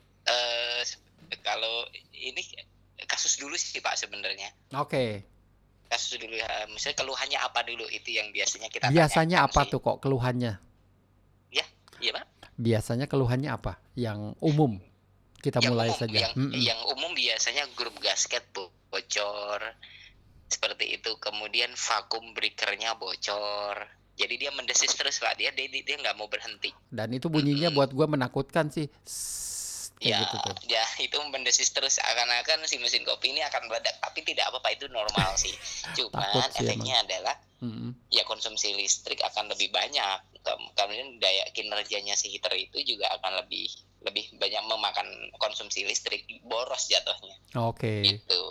Speaker 2: eh, kalau ini kasus dulu sih Pak sebenarnya.
Speaker 1: Oke.
Speaker 2: Kasus dulu ya, misalnya keluhannya apa dulu, itu yang biasanya kita
Speaker 1: Biasanya
Speaker 2: tanyakan
Speaker 1: apa
Speaker 2: sih.
Speaker 1: tuh kok keluhannya?
Speaker 2: Ya, iya Pak.
Speaker 1: Biasanya keluhannya apa? Yang umum. Kita
Speaker 2: Yang
Speaker 1: mulai
Speaker 2: umum,
Speaker 1: saja. Mm-mm.
Speaker 2: yang umum biasanya grup gasket bocor, seperti itu. Kemudian vakum breakernya bocor. Jadi dia mendesis terus Pak, dia nggak mau berhenti.
Speaker 1: Dan itu bunyinya
Speaker 2: Mm-mm.
Speaker 1: buat gue menakutkan sih. Sss,
Speaker 2: Ya,
Speaker 1: kayak gitu tuh.
Speaker 2: ya itu mendesis terus, akan-akan si mesin kopi ini akan meledak, tapi tidak apa-apa, itu normal sih.
Speaker 1: Takut
Speaker 2: Cuman
Speaker 1: sih emang.
Speaker 2: efeknya adalah
Speaker 1: Mm-mm.
Speaker 2: ya konsumsi listrik akan lebih banyak. Kemudian daya kinerjanya si heater itu juga akan lebih lebih banyak memakan konsumsi listrik, boros jatuhnya.
Speaker 1: Oke.
Speaker 2: Gitu.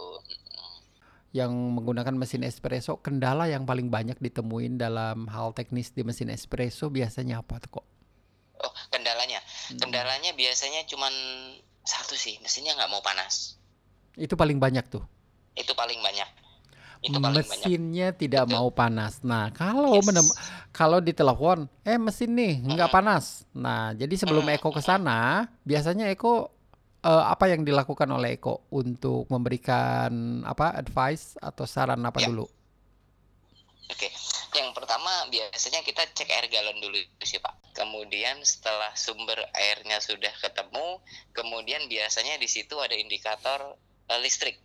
Speaker 1: Yang menggunakan mesin espresso, kendala yang paling banyak ditemuin dalam hal teknis di mesin espresso biasanya apa tuh kok?
Speaker 2: Oh, kendalanya.
Speaker 1: Mm-mm.
Speaker 2: Kendalanya biasanya cuman satu sih, mesinnya nggak mau panas.
Speaker 1: Itu paling banyak tuh.
Speaker 2: Itu paling banyak. Itu paling banyak.
Speaker 1: Mesinnya tidak
Speaker 2: Betul.
Speaker 1: mau panas. Nah, kalau
Speaker 2: Yes.
Speaker 1: kalau ditelepon, mesin nih nggak
Speaker 2: Mm-mm.
Speaker 1: panas. Nah, jadi sebelum
Speaker 2: Mm-mm.
Speaker 1: Eko ke
Speaker 2: Mm-mm.
Speaker 1: sana, biasanya Eko apa yang dilakukan oleh Eko untuk memberikan apa advice atau saran apa
Speaker 2: Ya.
Speaker 1: dulu?
Speaker 2: Oke, yang pertama biasanya kita cek air galon dulu sih Pak. Kemudian setelah sumber airnya sudah ketemu, kemudian biasanya di situ ada indikator listrik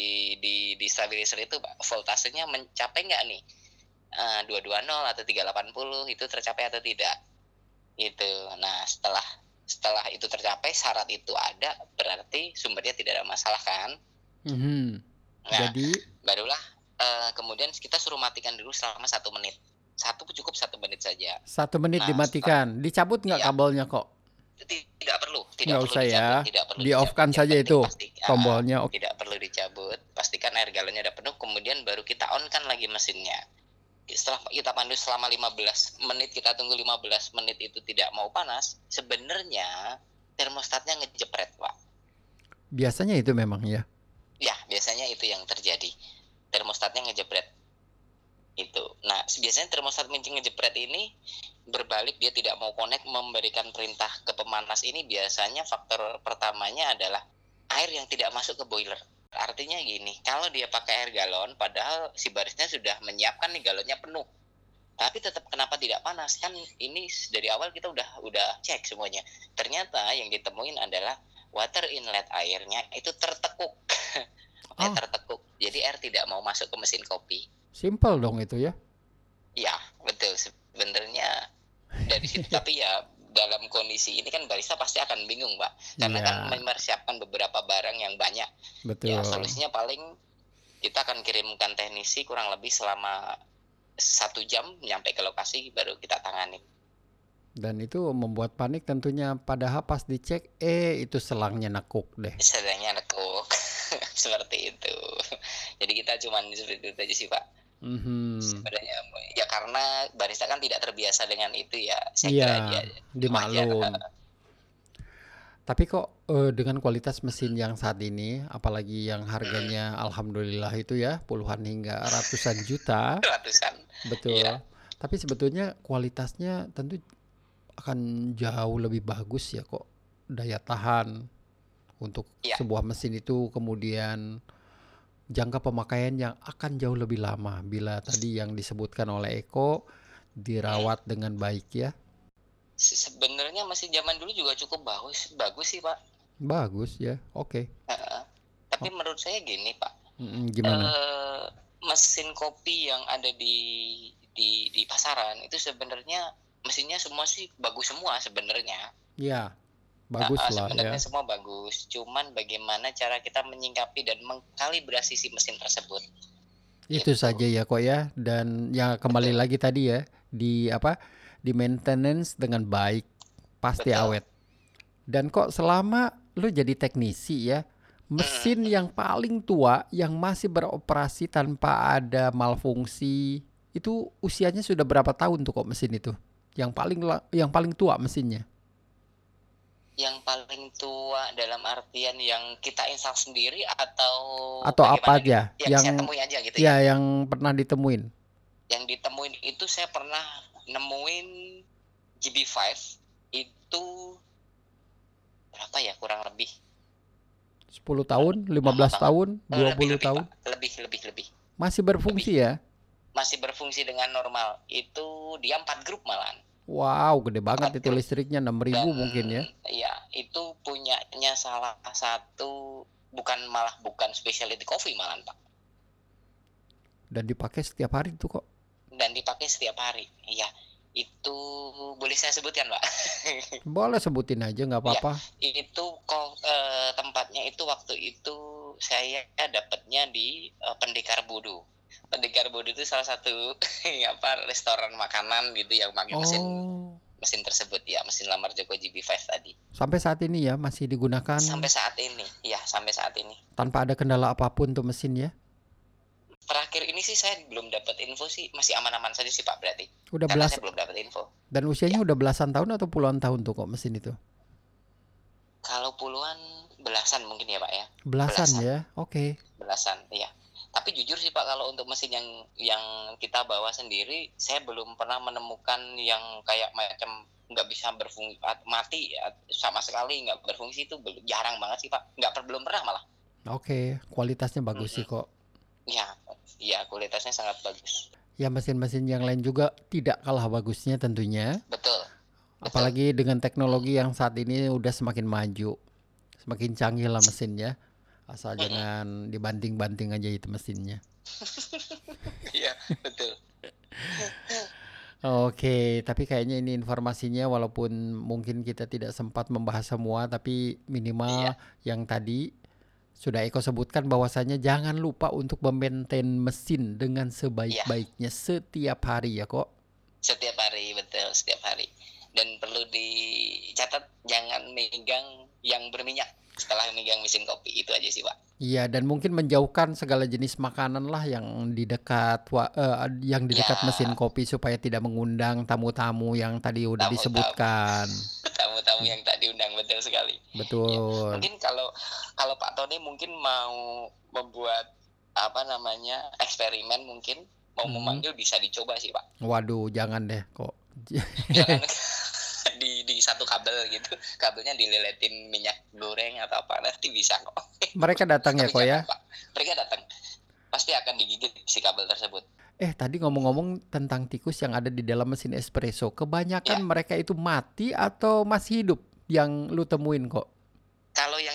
Speaker 2: di stabilizer itu Pak. Voltasenya mencapai nggak nih? 220 atau 380 itu tercapai atau tidak? Gitu. Nah setelah itu tercapai, syarat itu ada, berarti sumbernya tidak ada masalah kan?
Speaker 1: Mhm.
Speaker 2: Nah,
Speaker 1: Jadi
Speaker 2: barulah kemudian kita suruh matikan dulu selama 1 menit. Cukup 1 menit saja.
Speaker 1: 1 menit
Speaker 2: Nah,
Speaker 1: dimatikan. Dicabut nggak
Speaker 2: ya
Speaker 1: kabelnya kok?
Speaker 2: tidak
Speaker 1: Nggak
Speaker 2: perlu
Speaker 1: usah ya.
Speaker 2: dicabut, tidak perlu
Speaker 1: Di off
Speaker 2: dicabut.
Speaker 1: kan
Speaker 2: Yang
Speaker 1: saja
Speaker 2: penting
Speaker 1: itu
Speaker 2: pastikan
Speaker 1: tombolnya. Oke.
Speaker 2: tidak perlu dicabut. Pastikan air galonnya udah penuh, kemudian baru kita on kan lagi mesinnya. Setelah kita pandu selama 15 menit, kita tunggu 15 menit itu tidak mau panas, sebenarnya termostatnya ngejepret, Pak.
Speaker 1: Biasanya itu memang ya.
Speaker 2: Ya, biasanya itu yang terjadi. Termostatnya ngejepret. Itu. Nah, biasanya termostat ngejepret ini berbalik, dia tidak mau connect, memberikan perintah ke pemanas ini. Biasanya faktor pertamanya adalah air yang tidak masuk ke boiler. Artinya gini, kalau dia pakai air galon, padahal si barisnya sudah menyiapkan nih galonnya penuh, tapi tetap kenapa tidak panas? Kan ini dari awal kita udah cek semuanya. Ternyata yang ditemuin adalah water inlet airnya itu tertekuk.
Speaker 1: Ah,
Speaker 2: Tertekuk. Jadi air tidak mau masuk ke mesin kopi.
Speaker 1: simple dong itu ya.
Speaker 2: Ya, betul. Sebenarnya dari situ, tapi ya dalam kondisi ini kan barista pasti akan bingung, Pak. Karena kan
Speaker 1: Iya,
Speaker 2: mempersiapkan beberapa barang yang banyak. Ya,
Speaker 1: betul.
Speaker 2: solusinya paling kita akan kirimkan teknisi kurang lebih selama 1 jam nyampe ke lokasi baru kita tangani.
Speaker 1: Dan itu membuat panik tentunya, padahal pas dicek, itu selangnya nekuk deh.
Speaker 2: Sedangnya nekuk. Seperti itu. Jadi kita cuman seperti itu aja sih, Pak.
Speaker 1: Mhm.
Speaker 2: Sebenarnya ya karena barista kan tidak terbiasa dengan itu ya, saya
Speaker 1: Iya,
Speaker 2: kira aja wajar.
Speaker 1: dimaklum. Tapi kok dengan kualitas mesin yang saat ini, apalagi yang harganya alhamdulillah itu ya puluhan hingga ratusan juta,
Speaker 2: Ratusan. Iya,
Speaker 1: betul. Tapi sebetulnya kualitasnya tentu akan jauh lebih bagus ya kok. Daya tahan untuk
Speaker 2: iya,
Speaker 1: sebuah mesin itu, kemudian jangka pemakaian yang akan jauh lebih lama bila tadi yang disebutkan oleh Eko
Speaker 2: mhm.
Speaker 1: dirawat dengan baik ya.
Speaker 2: Sebenarnya mesin zaman dulu juga cukup bagus bagus sih, Pak.
Speaker 1: Bagus ya. Oke.
Speaker 2: Heeh. Tapi
Speaker 1: Oh,
Speaker 2: menurut saya gini, Pak,
Speaker 1: gimana?
Speaker 2: eee, mesin kopi yang ada di pasaran itu sebenarnya mesinnya semua sih bagus semua sebenarnya.
Speaker 1: Ya, bagus
Speaker 2: Heeh,
Speaker 1: lah ya.
Speaker 2: sebenarnya semua bagus, cuman bagaimana cara kita menyingkapi dan mengkalibrasi si mesin tersebut,
Speaker 1: Itu
Speaker 2: gitu.
Speaker 1: saja ya kok ya. Dan ya kembali
Speaker 2: Betul,
Speaker 1: lagi tadi ya, di apa? Di maintenance dengan baik pasti
Speaker 2: betul.
Speaker 1: awet. Dan kok selama lu jadi teknisi ya,
Speaker 2: Mhm
Speaker 1: mesin
Speaker 2: mhm.
Speaker 1: yang paling tua yang masih beroperasi tanpa ada malfungsi itu usianya sudah berapa tahun tuh kok mesin itu? Yang paling tua mesinnya.
Speaker 2: Yang paling tua dalam artian yang kita install sendiri atau
Speaker 1: Atau apa
Speaker 2: bagaimana nih, Pak?
Speaker 1: aja
Speaker 2: Yang saya
Speaker 1: yang
Speaker 2: temui aja gitu ya?
Speaker 1: ya yang pernah ditemuin?
Speaker 2: Yang ditemuin itu saya pernah nemuin GB5 itu berapa ya, kurang lebih
Speaker 1: 10 tahun,
Speaker 2: lama
Speaker 1: 15
Speaker 2: banget.
Speaker 1: tahun, 20
Speaker 2: Lebih,
Speaker 1: tahun?
Speaker 2: Pak, lebih.
Speaker 1: Masih
Speaker 2: Lebih,
Speaker 1: berfungsi ya?
Speaker 2: masih berfungsi dengan normal. Itu dia 4 grup malahan,
Speaker 1: Wow, gede banget
Speaker 2: 4
Speaker 1: itu
Speaker 2: grup.
Speaker 1: listriknya 6.000
Speaker 2: Dan
Speaker 1: mungkin ya.
Speaker 2: ya itu punyanya salah satu, bukan specialty coffee malahan, Pak,
Speaker 1: Dan dipakai setiap hari tuh kok.
Speaker 2: dan dipakai setiap hari. Iya, itu boleh saya sebutkan, Pak?
Speaker 1: Boleh sebutin aja nggak
Speaker 2: Iya,
Speaker 1: apa-apa.
Speaker 2: itu tempatnya itu waktu itu saya dapatnya di, Pendekar Bodo. Pendekar Bodo itu salah satu restoran makanan gitu yang pakai mesin
Speaker 1: Oh,
Speaker 2: mesin tersebut ya, mesin Lamar Joko GB5 tadi.
Speaker 1: sampai saat ini ya masih digunakan
Speaker 2: Sampai saat ini, ya sampai saat ini.
Speaker 1: tanpa ada kendala apapun tuh mesin ya.
Speaker 2: Terakhir ini sih saya belum dapat info sih, masih aman-aman saja sih, Pak, berarti.
Speaker 1: Udah
Speaker 2: Karena
Speaker 1: belas
Speaker 2: saya belum dapat info.
Speaker 1: dan
Speaker 2: Ya,
Speaker 1: usianya udah belasan tahun atau puluhan tahun tuh kok mesin itu?
Speaker 2: kalau puluhan, belasan mungkin ya, Pak, ya.
Speaker 1: Belasan
Speaker 2: Belasan.
Speaker 1: ya. Oke.
Speaker 2: Belasan, iya. Tapi jujur sih, Pak, kalau untuk mesin yang kita bawa sendiri, saya belum pernah menemukan yang kayak macam nggak bisa berfungsi, mati sama sekali nggak berfungsi, itu jarang banget sih, Pak. Belum pernah malah.
Speaker 1: Oke, kualitasnya bagus sih
Speaker 2: Mm-mm.
Speaker 1: kok.
Speaker 2: Ya, ya kualitasnya sangat bagus.
Speaker 1: Ya mesin-mesin yang lain juga tidak kalah bagusnya tentunya.
Speaker 2: Betul, betul.
Speaker 1: Apalagi dengan teknologi yang saat ini udah semakin maju. Semakin canggih lah mesinnya. Asal
Speaker 2: Mm-mm.
Speaker 1: jangan dibanting-banting aja itu mesinnya.
Speaker 2: Iya, betul.
Speaker 1: Oke, tapi kayaknya ini informasinya walaupun mungkin kita tidak sempat membahas semua, tapi
Speaker 2: Iya,
Speaker 1: minimal yang tadi sudah Eko sebutkan bahwasanya jangan lupa untuk memaintain mesin dengan
Speaker 2: iya.
Speaker 1: sebaik-baiknya setiap hari ya kok.
Speaker 2: Setiap hari, betul, setiap hari. Dan perlu dicatat jangan megang yang berminyak setelah megang mesin kopi. Itu aja sih, Pak.
Speaker 1: Iya, dan mungkin menjauhkan segala jenis makanan lah yang di dekat mesin
Speaker 2: Ya,
Speaker 1: kopi supaya tidak mengundang tamu-tamu yang tadi udah
Speaker 2: tamu-tamu.
Speaker 1: disebutkan.
Speaker 2: Tamu-tamu yang tak diundang, betul sekali. Ya,
Speaker 1: Betul.
Speaker 2: mungkin kalau kalau Pak Tony mungkin mau membuat eksperimen, mungkin mau
Speaker 1: Mm.
Speaker 2: memanggil bisa dicoba sih, Pak.
Speaker 1: Waduh, jangan deh kok.
Speaker 2: Jangan di satu kabel gitu, kabelnya dileletin minyak goreng atau apa, nanti bisa kok.
Speaker 1: Mereka datang ya
Speaker 2: Tapi
Speaker 1: kok
Speaker 2: jangan,
Speaker 1: ya.
Speaker 2: Pak. Mereka datang, pasti akan digigit si kabel tersebut.
Speaker 1: Tadi ngomong-ngomong tentang tikus yang ada di dalam mesin espresso, kebanyakan
Speaker 2: Ya,
Speaker 1: mereka itu mati atau masih hidup yang lu temuin kok?
Speaker 2: kalau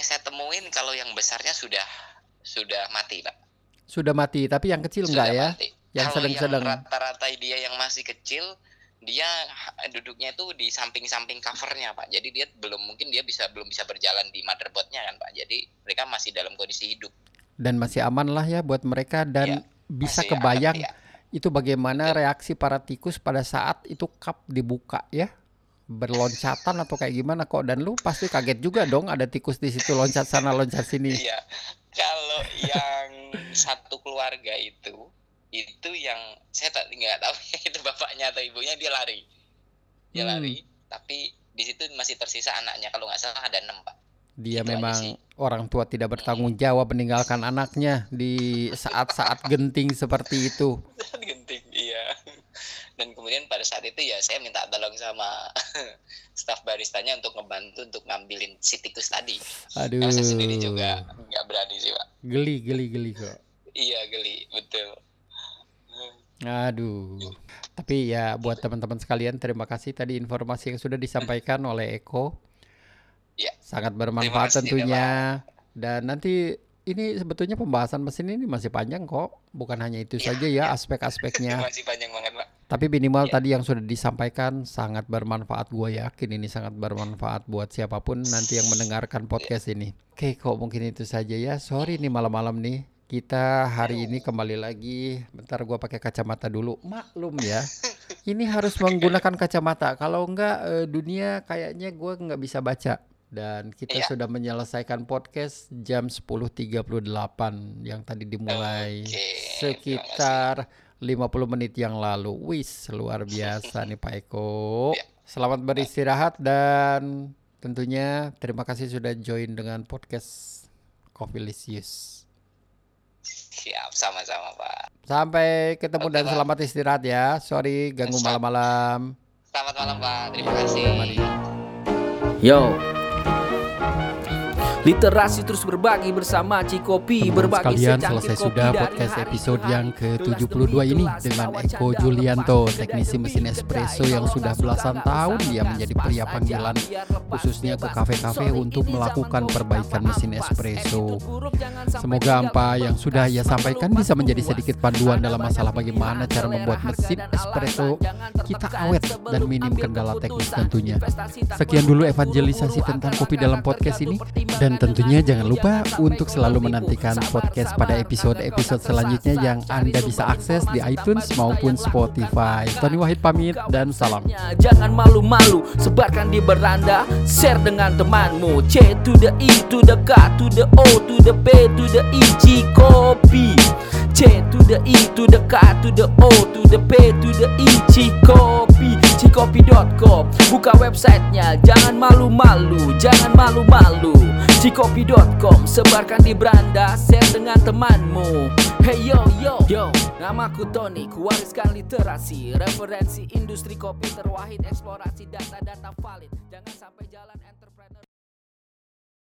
Speaker 2: mungkin kalau yang besarnya sudah mati, Pak.
Speaker 1: Sudah mati, tapi yang kecil enggak ya?
Speaker 2: Mati.
Speaker 1: Yang
Speaker 2: Kalau
Speaker 1: sedang-sedang.
Speaker 2: yang rata-rata dia yang masih kecil, dia duduknya itu di samping-samping covernya, Pak. Jadi dia belum bisa berjalan di motherboardnya kan, Pak. Jadi mereka masih dalam kondisi hidup.
Speaker 1: Dan masih aman lah ya buat mereka, dan bisa kebayang itu bagaimana reaksi para tikus pada saat itu cup dibuka ya, berloncatan atau kayak gimana kok. Dan lu pasti kaget juga dong ada tikus di situ loncat sana loncat sini.
Speaker 2: Iya. Kalau yang satu keluarga itu yang saya nggak tahu itu bapaknya atau ibunya, dia lari, tapi di situ masih tersisa anaknya, kalau nggak salah ada 6, Pak.
Speaker 1: Dia itu memang orang tua tidak bertanggung jawab meninggalkan anaknya di saat-saat genting seperti itu.
Speaker 2: Genting, iya. Dan kemudian pada saat itu ya saya minta tolong sama staf baristanya untuk ngebantu untuk ngambilin si tikus tadi.
Speaker 1: Aduh.
Speaker 2: Saya sendiri juga nggak berani sih, Pak.
Speaker 1: Geli kok.
Speaker 2: Iya, geli, betul.
Speaker 1: Aduh. Tapi ya buat teman-teman sekalian, terima kasih tadi informasi yang sudah disampaikan oleh Eko.
Speaker 2: Ya,
Speaker 1: sangat bermanfaat tentunya. Dan nanti ini sebetulnya pembahasan mesin ini masih panjang kok. Bukan hanya itu saja ya aspek-aspeknya.
Speaker 2: Masih panjang banget, Pak.
Speaker 1: Tapi minimal tadi yang sudah disampaikan sangat bermanfaat. Gue yakin ini sangat bermanfaat buat siapapun nanti yang mendengarkan podcast ini. Oke, kok mungkin itu saja ya. Sorry nih malam-malam nih. Kita hari ini kembali lagi. Bentar gue pakai kacamata dulu. Maklum ya. Ini harus menggunakan kacamata. Kalau enggak dunia kayaknya gue nggak bisa baca. Dan kita sudah menyelesaikan podcast jam 10.38 yang tadi dimulai sekitar 50 menit yang lalu. Wis, luar biasa nih Pak Eko. Selamat beristirahat dan tentunya terima kasih sudah join dengan podcast Coffeelicious.
Speaker 2: Siap, sama-sama Pak.
Speaker 1: Sampai ketemu dan selamat istirahat ya. Sorry ganggu malam-malam.
Speaker 2: Selamat malam Pak, terima kasih.
Speaker 3: Yo, literasi terus berbagi bersama Cikopi, berbagi
Speaker 1: sekalian, selesai sudah podcast episode yang ke-72 ini dengan Eko Julianto, teknisi mesin espresso yang sudah belasan tahun dia menjadi pria panggilan khususnya ke kafe-kafe untuk melakukan perbaikan mesin espresso. Semoga apa yang sudah ia sampaikan bisa menjadi sedikit panduan dalam masalah bagaimana cara membuat mesin espresso kita awet dan minim kendala teknis tentunya. Sekian dulu evangelisasi tentang kopi dalam podcast ini, dan tentunya jangan lupa untuk selalu menantikan podcast pada episode-episode selanjutnya yang Anda bisa akses di iTunes maupun Spotify. Tony Wahid pamit dan salam.
Speaker 3: Jangan malu-malu, sebarkan di beranda, share dengan temanmu. C to the I to the K to the O to the P to the I, Cikopi. C to the I to the K to the O to the P to the I, Cikopi. Cikopi.com, buka websitenya. Jangan malu-malu, jangan malu-malu. Cikopi.com, sebarkan di beranda, share dengan temanmu. Hey yo yo yo, namaku Tony, kuwariskan literasi, referensi industri kopi terwahid, eksplorasi data-data valid. Jangan sampai jalan